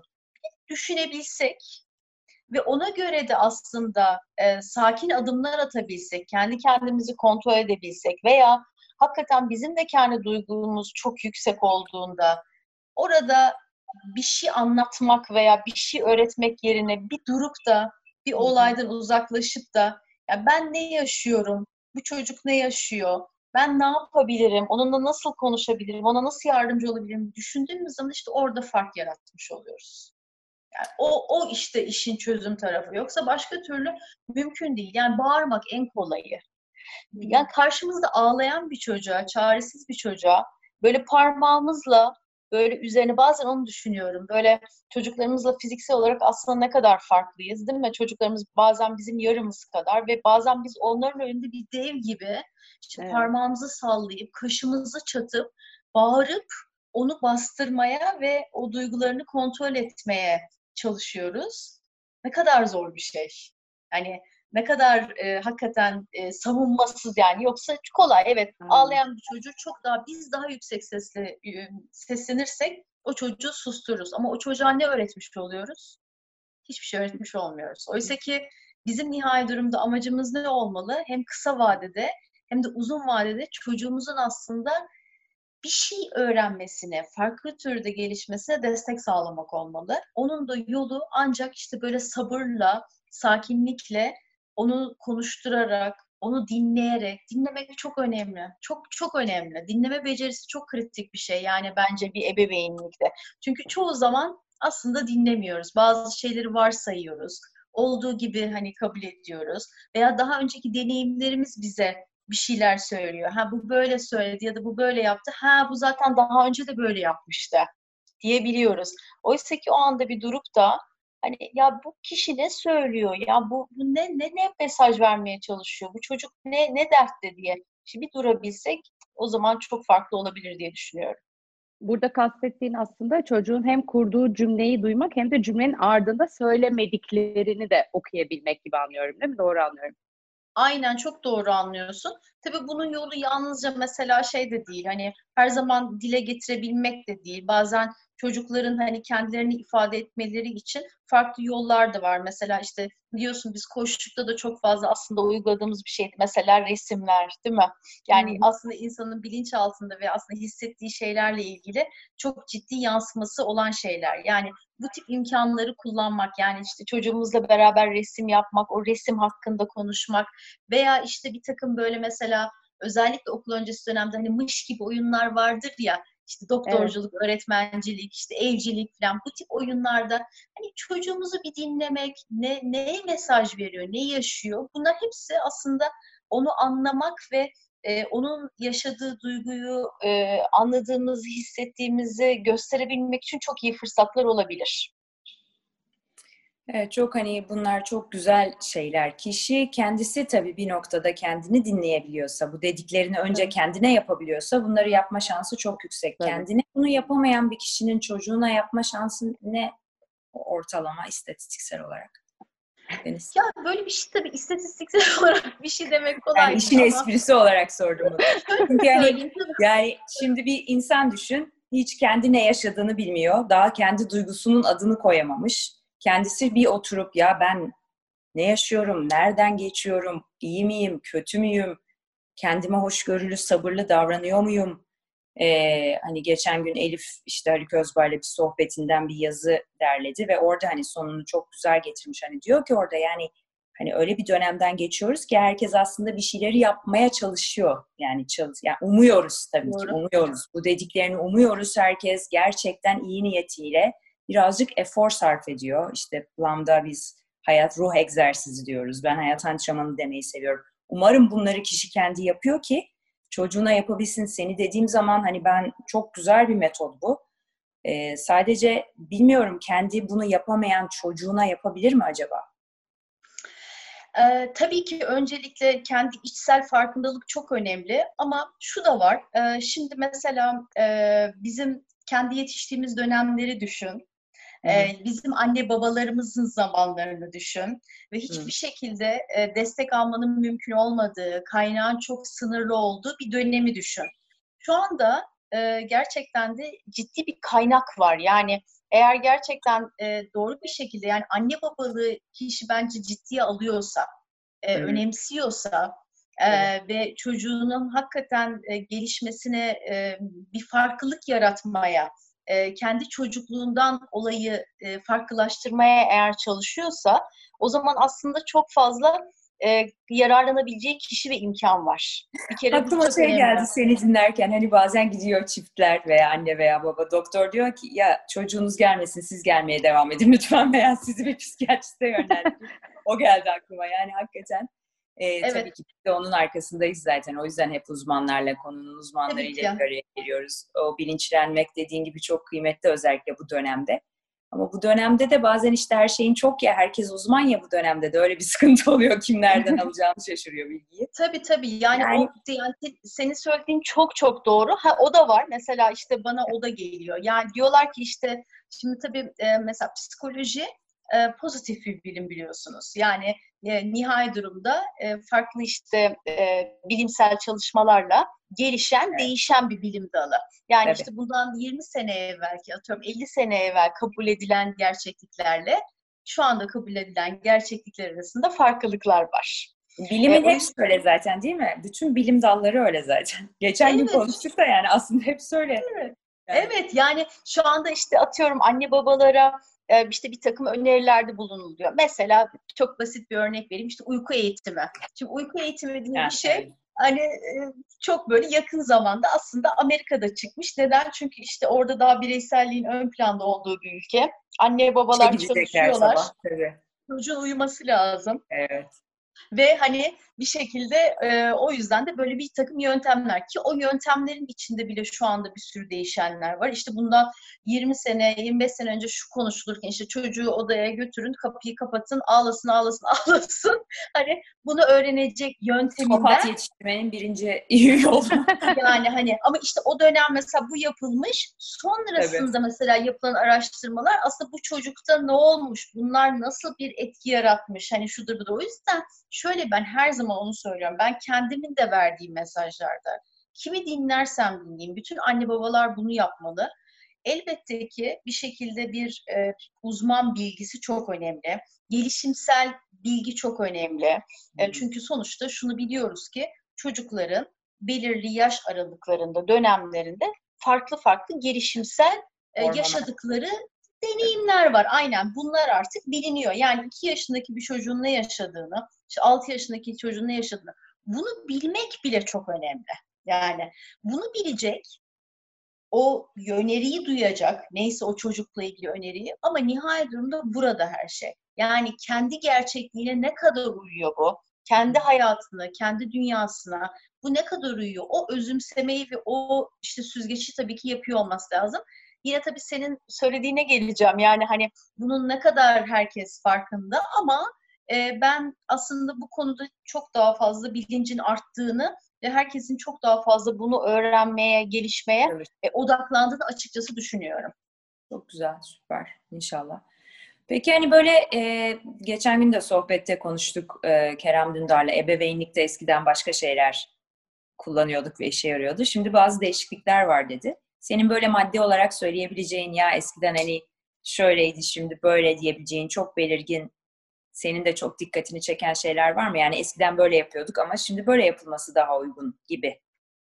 düşünebilsek ve ona göre de aslında sakin adımlar atabilsek, kendi kendimizi kontrol edebilsek veya hakikaten bizim de kendi duygumuz çok yüksek olduğunda orada bir şey anlatmak veya bir şey öğretmek yerine bir durup da bir olaydan uzaklaşıp da ya ben ne yaşıyorum, bu çocuk ne yaşıyor, ben ne yapabilirim, onunla nasıl konuşabilirim, ona nasıl yardımcı olabilirim düşündüğümüz zaman işte orada fark yaratmış oluyoruz. Yani o işte işin çözüm tarafı. Yoksa başka türlü mümkün değil. Yani bağırmak en kolayı. Yani karşımızda ağlayan bir çocuğa, çaresiz bir çocuğa böyle parmağımızla böyle üzerine bazen onu düşünüyorum. Böyle çocuklarımızla fiziksel olarak aslında ne kadar farklıyız, değil mi? Çocuklarımız bazen bizim yarımız kadar ve bazen biz onların önünde bir dev gibi işte Evet. parmağımızı sallayıp, kaşımızı çatıp, bağırıp onu bastırmaya ve o duygularını kontrol etmeye çalışıyoruz. Ne kadar zor bir şey. Yani ne kadar hakikaten savunmasız yani. Yoksa kolay, evet. Ağlayan bir çocuğu çok daha, biz daha yüksek sesle seslenirsek o çocuğu sustururuz. Ama o çocuğa ne öğretmiş oluyoruz? Hiçbir şey öğretmiş olmuyoruz. Oysa ki bizim nihai durumda amacımız ne olmalı? Hem kısa vadede hem de uzun vadede çocuğumuzun aslında bir şey öğrenmesine, farklı türde gelişmesine destek sağlamak olmalı. Onun da yolu ancak işte böyle sabırla, sakinlikle, onu konuşturarak, onu dinleyerek, dinlemek çok önemli. Çok çok önemli. Dinleme becerisi çok kritik bir şey yani bence bir ebeveynlikte. Çünkü çoğu zaman aslında dinlemiyoruz. Bazı şeyleri varsayıyoruz. Olduğu gibi hani kabul ediyoruz. Veya daha önceki deneyimlerimiz bize bir şeyler söylüyor. Ha bu böyle söyledi ya da bu böyle yaptı. Ha bu zaten daha önce de böyle yapmıştı diyebiliyoruz. Oysa ki o anda bir durup da hani ya bu kişi ne söylüyor? Ya bu ne mesaj vermeye çalışıyor? Bu çocuk ne dertte diye. Şimdi bir durabilsek o zaman çok farklı olabilir diye düşünüyorum. Burada kastettiğin aslında çocuğun hem kurduğu cümleyi duymak hem de cümlenin ardında söylemediklerini de okuyabilmek gibi anlıyorum, değil mi? Doğru anlıyorum. Aynen, çok doğru anlıyorsun. Tabii bunun yolu yalnızca mesela şey de değil, hani her zaman dile getirebilmek de değil. Bazen çocukların hani kendilerini ifade etmeleri için farklı yollar da var. Mesela işte biliyorsun biz koçlukta da çok fazla aslında uyguladığımız bir şeydi. Mesela resimler, değil mi? Yani aslında insanın bilinçaltında ve aslında hissettiği şeylerle ilgili çok ciddi yansıması olan şeyler. Yani bu tip imkanları kullanmak, yani işte çocuğumuzla beraber resim yapmak, o resim hakkında konuşmak veya işte bir takım böyle mesela özellikle okul öncesi dönemde hani mış gibi oyunlar vardır ya, işte doktorculuk, evet, öğretmencilik, işte evcilik falan, bu tip oyunlarda hani çocuğumuzu bir dinlemek, neye mesaj veriyor, ne yaşıyor, bunlar hepsi aslında onu anlamak ve onun yaşadığı duyguyu anladığımızı, hissettiğimizi gösterebilmek için çok iyi fırsatlar olabilir. Evet, çok hani bunlar çok güzel şeyler. Kişi kendisi tabii bir noktada kendini dinleyebiliyorsa, bu dediklerini önce kendine yapabiliyorsa bunları yapma şansı çok yüksek. Tabii. Kendine bunu yapamayan bir kişinin çocuğuna yapma şansı ne ortalama istatistiksel olarak? Deniz. Ya böyle bir şey tabii istatistiksel olarak bir şey demek kolay Yani değil işin ama esprisi olarak sordum bunu. Çünkü yani şimdi bir insan düşün, hiç kendi ne yaşadığını bilmiyor. Daha kendi duygusunun adını koyamamış. Kendisi bir oturup ya ben ne yaşıyorum, nereden geçiyorum, iyi miyim, kötü müyüm, kendime hoşgörülü, sabırlı davranıyor muyum? Hani geçen gün Elif işte Haluk Özbay'la bir sohbetinden bir yazı derledi ve orada hani sonunu çok güzel getirmiş. Hani diyor ki orada yani hani öyle bir dönemden geçiyoruz ki herkes aslında bir şeyleri yapmaya çalışıyor. Yani umuyoruz tabii ki, umuyoruz. Bu dediklerini umuyoruz. Herkes gerçekten iyi niyetiyle birazcık efor sarf ediyor. İşte Plum'da biz hayat ruh egzersizi diyoruz. Ben hayat antrenmanı demeyi seviyorum. Umarım bunları kişi kendi yapıyor ki çocuğuna yapabilsin. Seni dediğim zaman hani ben çok güzel bir metot bu. Sadece bilmiyorum, kendi bunu yapamayan çocuğuna yapabilir mi acaba? Tabii ki öncelikle kendi içsel farkındalık çok önemli ama şu da var. Şimdi mesela bizim kendi yetiştiğimiz dönemleri düşün. Bizim anne babalarımızın zamanlarını düşün ve hiçbir şekilde destek almanın mümkün olmadığı, kaynağın çok sınırlı olduğu bir dönemi düşün. Şu anda gerçekten de ciddi bir kaynak var. Yani eğer gerçekten doğru bir şekilde, yani anne babalığı kişi bence ciddiye alıyorsa, önemsiyorsa ve çocuğunun hakikaten gelişmesine bir farklılık yaratmaya, kendi çocukluğundan olayı farklılaştırmaya eğer çalışıyorsa, o zaman aslında çok fazla yararlanabileceği kişi ve imkan var. Bir kere bu Aklıma çok şey önemli. geldi seni dinlerken, hani bazen gidiyor çiftler veya anne veya baba, doktor diyor ki ya çocuğunuz gelmesin, siz gelmeye devam edin lütfen veya sizi bir psikiyatriste yönlendirin. O geldi aklıma yani hakikaten. Tabii ki de onun arkasındayız zaten. O yüzden hep uzmanlarla, konunun uzmanlarıyla bir araya geliyoruz. O bilinçlenmek dediğin gibi çok kıymetli, özellikle bu dönemde. Ama bu dönemde de bazen işte her şeyin çok ya, herkes uzman ya, bu dönemde de öyle bir sıkıntı oluyor. Kim nereden alacağını şaşırıyor bilgiyi. Tabii. Yani senin söylediğin çok çok doğru. O da var. Mesela işte bana o da geliyor. Yani diyorlar ki işte şimdi tabii mesela psikoloji pozitif bir bilim biliyorsunuz. Yani nihai durumda farklı işte bilimsel çalışmalarla gelişen, değişen bir bilim dalı. Yani işte bundan 20 sene evvelki, atıyorum 50 sene evvel kabul edilen gerçekliklerle şu anda kabul edilen gerçeklikler arasında farklılıklar var. Bilimin hepsi öyle zaten, değil mi? Bütün bilim dalları öyle zaten. Geçen gün konuştuk da yani aslında hepsi öyle. Evet, yani şu anda işte atıyorum anne babalara işte bir takım önerilerde bulunuluyor. Mesela çok basit bir örnek vereyim, işte uyku eğitimi. Şimdi uyku eğitimi diye bir şey hani çok böyle yakın zamanda aslında Amerika'da çıkmış. Neden? Çünkü işte orada daha bireyselliğin ön planda olduğu bir ülke. Anne babalar çalışıyorlar. Çocuğun uyuması lazım. Evet. Ve hani bir şekilde o yüzden de böyle bir takım yöntemler, ki o yöntemlerin içinde bile şu anda bir sürü değişenler var. İşte bundan 20 sene, 25 sene önce şu konuşulurken işte çocuğu odaya götürün, kapıyı kapatın, ağlasın. Hani bunu öğrenecek yönteminden. Psikopat yetiştirmenin birinci yolu. Yani hani ama işte o dönem mesela bu yapılmış. Sonrasında mesela yapılan araştırmalar aslında bu çocukta ne olmuş, bunlar nasıl bir etki yaratmış, hani şudur budur. O yüzden şöyle, ben her zaman onu söylüyorum. Ben kendimin de verdiğim mesajlarda, kimi dinlersem dinleyeyim, bütün anne babalar bunu yapmalı. Elbette ki bir şekilde bir uzman bilgisi çok önemli. Gelişimsel bilgi çok önemli. Çünkü sonuçta şunu biliyoruz ki çocukların belirli yaş aralıklarında, dönemlerinde farklı farklı gelişimsel yaşadıkları deneyimler var. Aynen, bunlar artık biliniyor. Yani 2 yaşındaki bir çocuğun ne yaşadığını, işte 6 yaşındaki çocuğun ne yaşadığını, bunu bilmek bile çok önemli. Yani bunu bilecek, o öneriyi duyacak, neyse o çocukla ilgili öneriyi, ama nihai durumda burada her şey. Yani kendi gerçekliğine ne kadar uyuyor bu? Kendi hayatına, kendi dünyasına bu ne kadar uyuyor? O özümsemeyi ve o işte süzgeçi tabii ki yapıyor olması lazım. Yine tabii senin söylediğine geleceğim. Yani hani bunun ne kadar herkes farkında, ama ben aslında bu konuda çok daha fazla bilincin arttığını ve herkesin çok daha fazla bunu öğrenmeye, gelişmeye odaklandığını açıkçası düşünüyorum. Çok güzel, süper. İnşallah. Peki hani böyle geçen gün de sohbette konuştuk Kerem Dündar'la. Ebeveynlikte eskiden başka şeyler kullanıyorduk ve işe yarıyordu. Şimdi bazı değişiklikler var dedi. Senin böyle maddi olarak söyleyebileceğin, ya eskiden hani şöyleydi şimdi böyle diyebileceğin çok belirgin, senin de çok dikkatini çeken şeyler var mı? Yani eskiden böyle yapıyorduk ama şimdi böyle yapılması daha uygun gibi.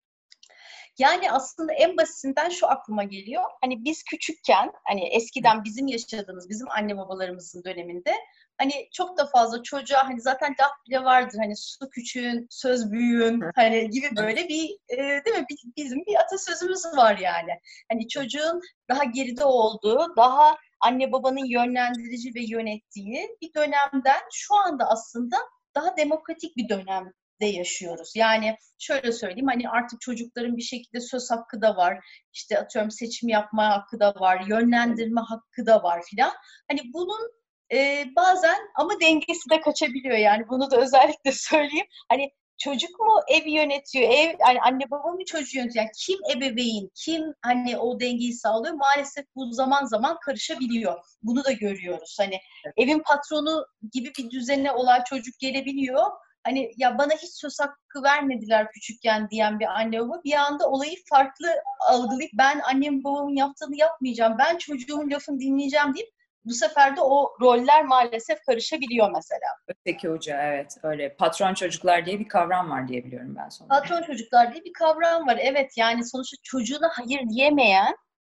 Yani aslında en basitinden şu aklıma geliyor. Hani biz küçükken, hani eskiden bizim yaşadığımız, bizim anne babalarımızın döneminde hani çok da fazla çocuğa, hani zaten laf bile vardır, hani su küçüğün, söz büyüğün hani gibi böyle bir değil mi? Bizim bir atasözümüz var yani. Hani çocuğun daha geride olduğu, daha anne babanın yönlendirici ve yönettiği bir dönemden şu anda aslında daha demokratik bir dönem de yaşıyoruz. Yani şöyle söyleyeyim, hani artık çocukların bir şekilde söz hakkı da var. İşte atıyorum seçim yapma hakkı da var, yönlendirme hakkı da var filan. Hani bunun bazen ama dengesi de kaçabiliyor, yani bunu da özellikle söyleyeyim. Hani çocuk mu evi yönetiyor, yani anne baba mı çocuğu yönetiyor? Yani kim ebeveyn, kim hani o dengeyi sağlıyor? Maalesef bu zaman zaman karışabiliyor. Bunu da görüyoruz. Hani evin patronu gibi bir düzene olan çocuk gelebiliyor. Hani ya bana hiç söz hakkı vermediler küçükken diyen bir anne baba bir anda olayı farklı algılayıp ben annem babamın yaptığını yapmayacağım, ben çocuğumun lafını dinleyeceğim deyip bu sefer de o roller maalesef karışabiliyor mesela. Öteki ucu, evet, öyle. Patron çocuklar diye bir kavram var diye biliyorum ben sonra. Patron çocuklar diye bir kavram var. Evet, yani sonuçta çocuğuna hayır diyemeyen,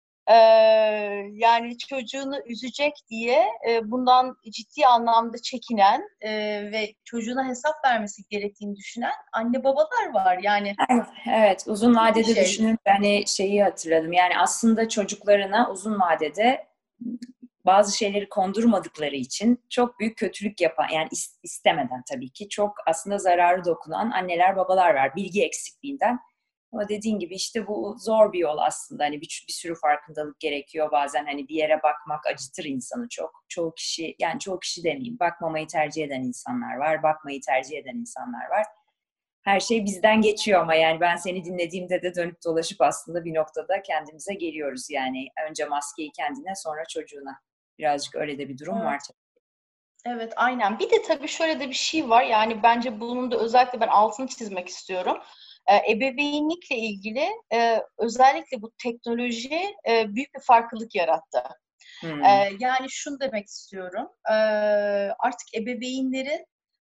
yani çocuğunu üzecek diye bundan ciddi anlamda çekinen ve çocuğuna hesap vermesi gerektiğini düşünen anne babalar var. Yani evet, uzun vadede düşünün, hani şeyi hatırladım. Yani aslında çocuklarına uzun vadede bazı şeyleri kondurmadıkları için çok büyük kötülük yapan, yani istemeden tabii ki çok aslında zararı dokunan anneler babalar var bilgi eksikliğinden. Ama dediğin gibi işte bu zor bir yol aslında. Hani bir sürü farkındalık gerekiyor bazen. Hani bir yere bakmak acıtır insanı çok. Çoğu kişi, yani çoğu kişi demeyeyim, bakmamayı tercih eden insanlar var, bakmayı tercih eden insanlar var. Her şey bizden geçiyor ama yani ben seni dinlediğimde de dönüp dolaşıp aslında bir noktada kendimize geliyoruz. Yani önce maskeyi kendine, sonra çocuğuna. Birazcık öyle de bir durum var. Evet. Evet, aynen. Bir de tabii şöyle de bir şey var. Yani bence bunun da özellikle ben altını çizmek istiyorum. Ebeveynlikle ilgili özellikle bu teknoloji büyük bir farklılık yarattı. Yani şunu demek istiyorum. Artık ebeveynlerin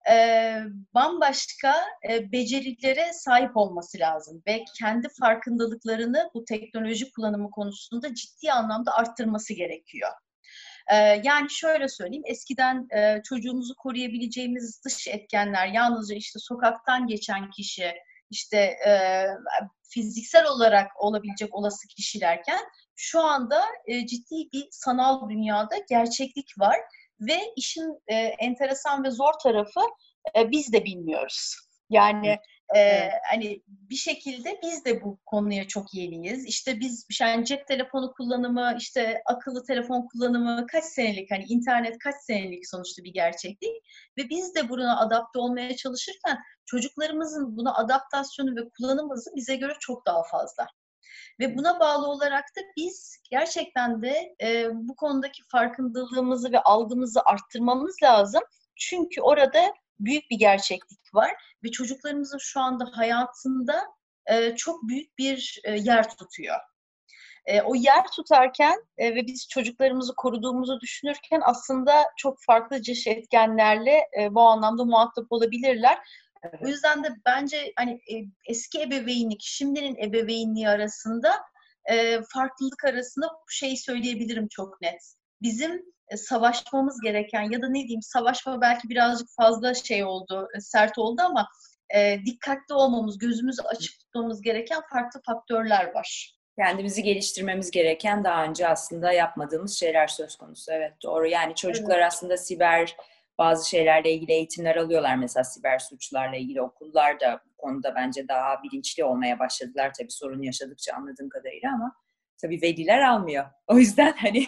bambaşka becerilere sahip olması lazım ve kendi farkındalıklarını bu teknoloji kullanımı konusunda ciddi anlamda arttırması gerekiyor. Yani şöyle söyleyeyim, eskiden çocuğumuzu koruyabileceğimiz dış etkenler yalnızca işte sokaktan geçen kişi, işte fiziksel olarak olabilecek olası kişilerken şu anda ciddi bir sanal dünyada gerçeklik var ve işin enteresan ve zor tarafı biz de bilmiyoruz. Yani hani bir şekilde biz de bu konuya çok yeniyiz. İşte biz yani cep telefonu kullanımı, işte akıllı telefon kullanımı kaç senelik, hani internet kaç senelik sonuçta bir gerçeklik ve biz de buna adapte olmaya çalışırken çocuklarımızın buna adaptasyonu ve kullanım hızı bize göre çok daha fazla. Ve buna bağlı olarak da biz gerçekten de bu konudaki farkındalığımızı ve algımızı arttırmamız lazım. Çünkü orada büyük bir gerçeklik var ve çocuklarımızın şu anda hayatında çok büyük bir yer tutuyor. O yer tutarken ve biz çocuklarımızı koruduğumuzu düşünürken aslında çok farklı dış etkenlerle bu anlamda muhatap olabilirler. O yüzden de bence hani eski ebeveynlik, şimdinin ebeveynliği arasında farklılık arasında bu şeyi söyleyebilirim çok net. Bizim savaşmamız gereken ya da ne diyeyim, savaşma belki birazcık fazla şey oldu, sert oldu ama dikkatli olmamız, gözümüzü açık tutmamız gereken farklı faktörler var. Kendimizi geliştirmemiz gereken, daha önce aslında yapmadığımız şeyler söz konusu. Evet, doğru. Yani çocuklar Evet. aslında bazı şeylerle ilgili eğitimler alıyorlar. Mesela siber suçlarla ilgili okullar da bu konuda bence daha bilinçli olmaya başladılar. Tabii sorun yaşadıkça, anladığım kadarıyla, ama tabii veliler almıyor. O yüzden hani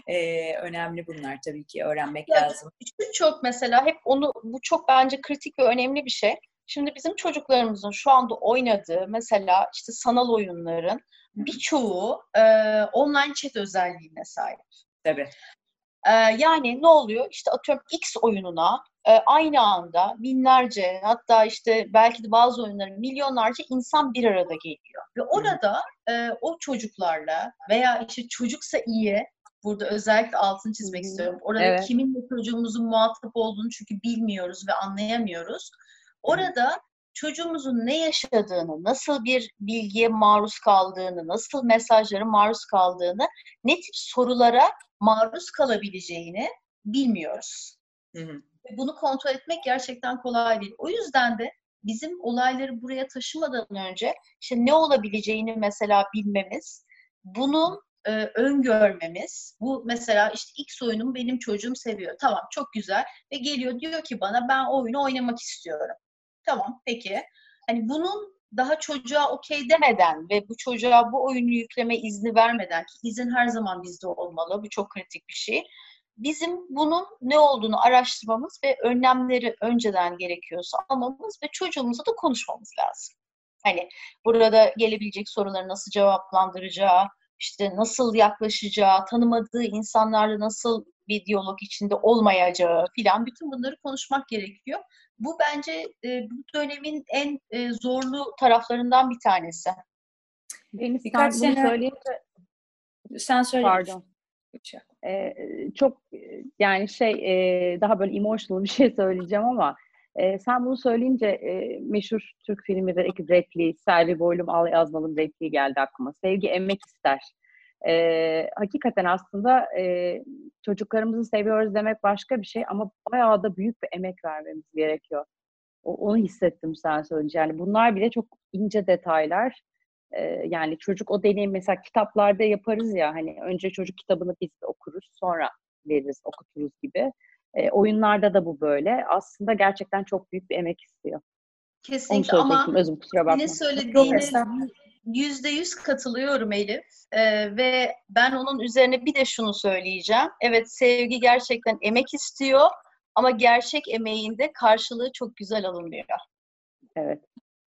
önemli bunlar, tabii ki öğrenmek lazım. Çok mesela hep bu çok bence kritik ve önemli bir şey. Şimdi bizim çocuklarımızın şu anda oynadığı mesela işte sanal oyunların birçoğu online chat özelliğine sahip. Tabii. Yani ne oluyor? İşte atıyorum X oyununa aynı anda binlerce, hatta işte belki de bazı oyunların milyonlarca insan bir arada geliyor. Ve orada o çocuklarla veya işte çocuksa iyi, burada özellikle altını çizmek istiyorum. Orada kiminle çocuğumuzun muhatap olduğunu çünkü bilmiyoruz ve anlayamıyoruz. Orada çocuğumuzun ne yaşadığını, nasıl bir bilgiye maruz kaldığını, nasıl mesajlara maruz kaldığını, ne tip sorulara maruz kalabileceğini bilmiyoruz. Bunu kontrol etmek gerçekten kolay değil. O yüzden de bizim olayları buraya taşımadan önce işte ne olabileceğini mesela bilmemiz, bunun öngörmemiz, bu mesela işte X oyunumu benim çocuğum seviyor. Tamam, çok güzel. Ve geliyor diyor ki bana, ben o oyunu oynamak istiyorum. Tamam, peki. Hani bunun daha çocuğa okey demeden ve bu çocuğa bu oyunu yükleme izni vermeden, ki izin her zaman bizde olmalı, bu çok kritik bir şey. Bizim bunun ne olduğunu araştırmamız ve önlemleri önceden gerekiyorsa almamız ve çocuğumuzla da konuşmamız lazım. Hani burada gelebilecek soruları nasıl cevaplandıracağı, işte nasıl yaklaşacağı, tanımadığı insanlarla nasıl bir diyalog içinde olmayacağı filan, bütün bunları konuşmak gerekiyor. Bu bence bu dönemin en zorlu taraflarından bir tanesi. Deniz, Birkaç sen bunu sene... söyleyince... Sen söyle. Pardon. Çok yani daha böyle emotional bir şey söyleyeceğim ama sen bunu söyleyince meşhur Türk filmi repliği, Selvi Boylum Al Yazmalım repliği geldi aklıma. Sevgi emmek ister. Hakikaten aslında çocuklarımızı seviyoruz demek başka bir şey ama bayağı da büyük bir emek vermemiz gerekiyor. Onu hissettim sen söyleyince. Yani bunlar bile çok ince detaylar. Yani çocuk o deneyim, mesela kitaplarda yaparız ya, hani önce çocuk kitabını biz okuruz, sonra veririz, okuturuz gibi. Oyunlarda da bu böyle. Aslında gerçekten çok büyük bir emek istiyor. Onu Kesinlikle ama söyleyecektim. Özüm, kusura senin bakma. Yok söylediğine estağfurullah. %100 katılıyorum Elif. Ve ben onun üzerine bir de şunu söyleyeceğim. Evet, sevgi gerçekten emek istiyor ama gerçek emeğinde karşılığı çok güzel alınmıyor. Evet.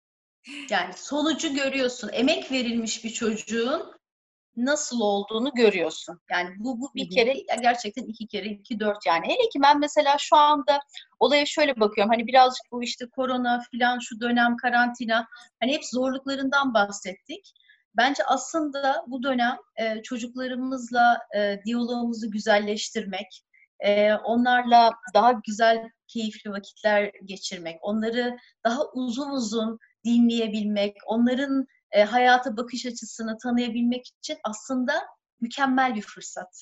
Yani sonucu görüyorsun. Emek verilmiş bir çocuğun nasıl olduğunu görüyorsun. Yani bu bir kere, gerçekten iki kere iki dört yani. Hele ki ben mesela şu anda olaya şöyle bakıyorum. Hani birazcık bu işte korona filan, şu dönem karantina, hani hep zorluklarından bahsettik. Bence aslında bu dönem çocuklarımızla diyalogumuzu güzelleştirmek, onlarla daha güzel, keyifli vakitler geçirmek, onları daha uzun uzun dinleyebilmek, onların hayata bakış açısını tanıyabilmek için aslında mükemmel bir fırsat.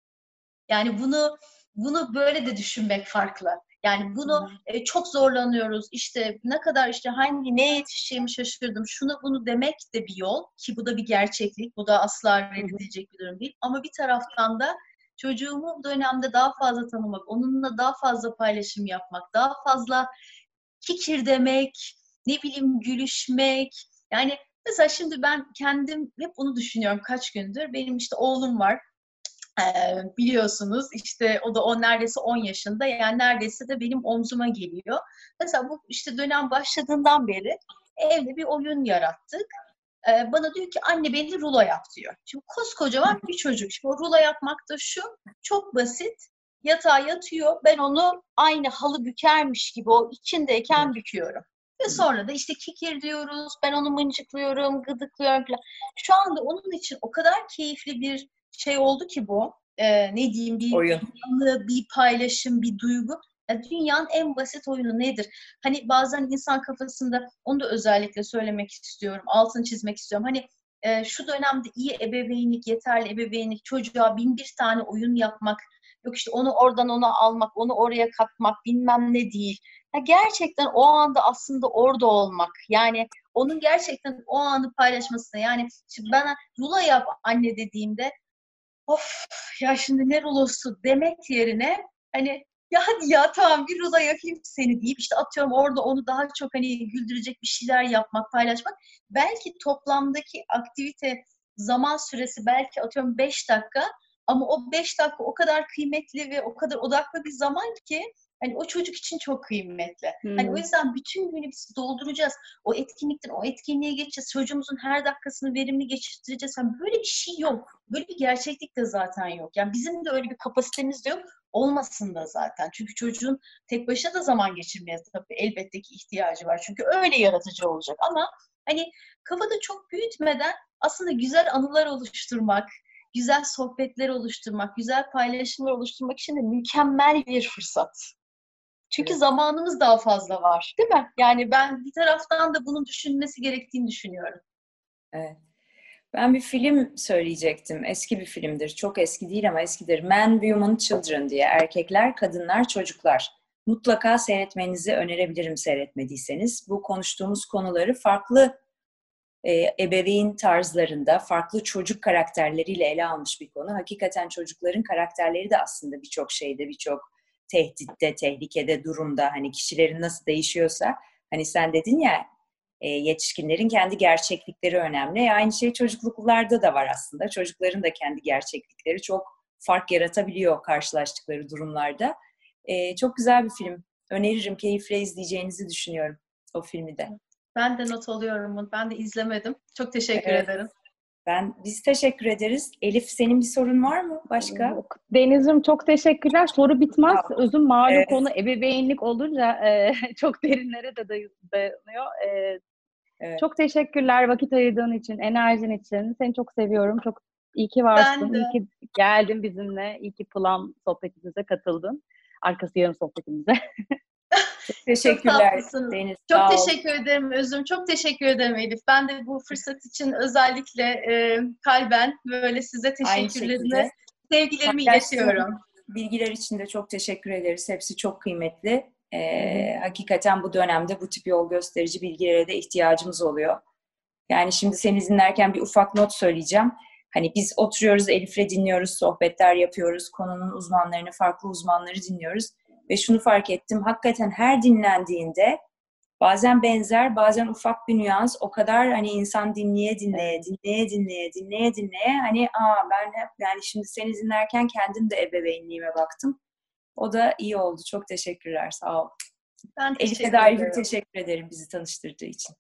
Yani bunu böyle de düşünmek farklı. Yani bunu çok zorlanıyoruz. İşte ne kadar işte neye yetişeceğimi şaşırdım. Şunu bunu demek de bir yol ki bu da bir gerçeklik. Bu da asla reddedilecek bir durum değil. Ama bir taraftan da çocuğumu bu dönemde daha fazla tanımak, onunla daha fazla paylaşım yapmak, daha fazla fikir demek, ne bileyim gülüşmek. Yani mesela şimdi ben kendim hep onu düşünüyorum kaç gündür. Benim işte oğlum var. Biliyorsunuz işte o neredeyse 10 yaşında, yani neredeyse de benim omzuma geliyor. Mesela bu işte dönem başladığından beri evde bir oyun yarattık. Bana diyor ki anne beni rulo yap diyor. Şimdi koskocaman bir çocuk. Şimdi o rulo yapmak da şu, çok basit. Yatağa yatıyor, ben onu aynı halı bükermiş gibi o içindeyken büküyorum. Ve sonra da işte kikir diyoruz, ben onu mıncıklıyorum, gıdıklıyorum falan. Şu anda onun için o kadar keyifli bir şey oldu ki bu. Ne diyeyim, bir Oyun. anı, bir paylaşım, bir duygu. Ya dünyanın en basit oyunu nedir? Hani bazen insan kafasında, onu da özellikle söylemek istiyorum, altını çizmek istiyorum. Hani şu dönemde iyi ebeveynlik, yeterli ebeveynlik, çocuğa bin bir tane oyun yapmak, yok işte onu oradan ona almak, onu oraya katmak bilmem ne değil. Ya gerçekten o anda aslında orada olmak. Yani onun gerçekten o anı paylaşmasına. Yani şimdi bana rulo yap anne dediğimde of ya şimdi ne rulosu demek yerine hani ya hadi ya tamam bir rulo yapayım seni deyip işte atıyorum orada onu daha çok hani güldürecek bir şeyler yapmak, paylaşmak. Belki toplamdaki aktivite zaman süresi belki atıyorum 5 dakika ama o 5 dakika o kadar kıymetli ve o kadar odaklı bir zaman ki hani o çocuk için çok kıymetli. Hani o yüzden bütün günü biz dolduracağız. O etkinlikten o etkinliğe geçeceğiz. Çocuğumuzun her dakikasını verimli geçireceğiz. Yani böyle bir şey yok. Böyle bir gerçeklik de zaten yok. Yani bizim de öyle bir kapasitemiz de yok. Olmasın da zaten. Çünkü çocuğun tek başına da zaman geçirmeye tabii elbette ki ihtiyacı var. Çünkü öyle yaratıcı olacak. Ama hani kafada çok büyütmeden aslında güzel anılar oluşturmak, güzel sohbetler oluşturmak, güzel paylaşımlar oluşturmak için de mükemmel bir fırsat. Çünkü Evet. zamanımız daha fazla var, değil mi? Yani ben bir taraftan da bunun düşünülmesi gerektiğini düşünüyorum. Evet. Ben bir film söyleyecektim. Eski bir filmdir. Çok eski değil ama eskidir. Men, Women, Children diye. Erkekler, kadınlar, çocuklar. Mutlaka seyretmenizi önerebilirim seyretmediyseniz. Bu konuştuğumuz konuları farklı ebeveyn tarzlarında, farklı çocuk karakterleriyle ele almış bir konu. Hakikaten çocukların karakterleri de aslında birçok şeyde, birçok tehditte, tehlikede, durumda, hani kişilerin nasıl değişiyorsa, hani sen dedin ya, yetişkinlerin kendi gerçeklikleri önemli. Aynı şey çocukluklarda da var aslında. Çocukların da kendi gerçeklikleri çok fark yaratabiliyor karşılaştıkları durumlarda. Çok güzel bir film. Öneririm, keyifle izleyeceğinizi düşünüyorum o filmi de. Ben de not alıyorum bunu. Ben de izlemedim. Çok teşekkür Evet. ederim. Biz teşekkür ederiz. Elif, senin bir sorun var mı başka? Deniz'im çok teşekkürler. Soru bitmez. Özüm malum Evet. konu ebeveynlik olunca çok derinlere de dayanıyor. Evet. Çok teşekkürler vakit ayırdığın için, enerjin için. Seni çok seviyorum. Çok iyi ki Ben varsın. de. İyi ki geldin bizimle. İyi ki Plan sohbetimize katıldın. Arkası yarın sohbetimize. Çok Çok teşekkürler tatlısınız. Deniz. Çok Sağ ol. teşekkür ederim Özüm. Çok teşekkür ederim Elif. Ben de bu fırsat için özellikle kalben böyle size Aynı teşekkürlerimi, şekilde. sevgilerimi Paylaştığın iletiyorum. bilgiler için de çok teşekkür ederiz. Hepsi çok kıymetli. Hakikaten bu dönemde bu tip yol gösterici bilgilere de ihtiyacımız oluyor. Yani şimdi seni dinlerken bir ufak not söyleyeceğim. Hani biz oturuyoruz, Elif'le dinliyoruz, sohbetler yapıyoruz, konunun uzmanlarını, farklı uzmanları dinliyoruz. Ve şunu fark ettim, hakikaten her dinlendiğinde bazen benzer, bazen ufak bir nüans, o kadar hani insan dinleye hani ben hep yani şimdi seni dinlerken kendim de ebeveynliğime baktım. O da iyi oldu. Çok teşekkürler. Sağ ol. Ben teşekkür Elif'e de ayrı bir ederim. teşekkür ederim bizi tanıştırdığı için.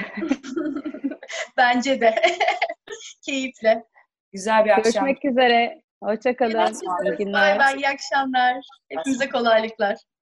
Bence de. Keyifle. Güzel bir akşam. Görüşmek üzere. Hoşça kalın. Görüşmek üzere. İyi günler. Bay bay, iyi akşamlar. Hepimize kolaylıklar.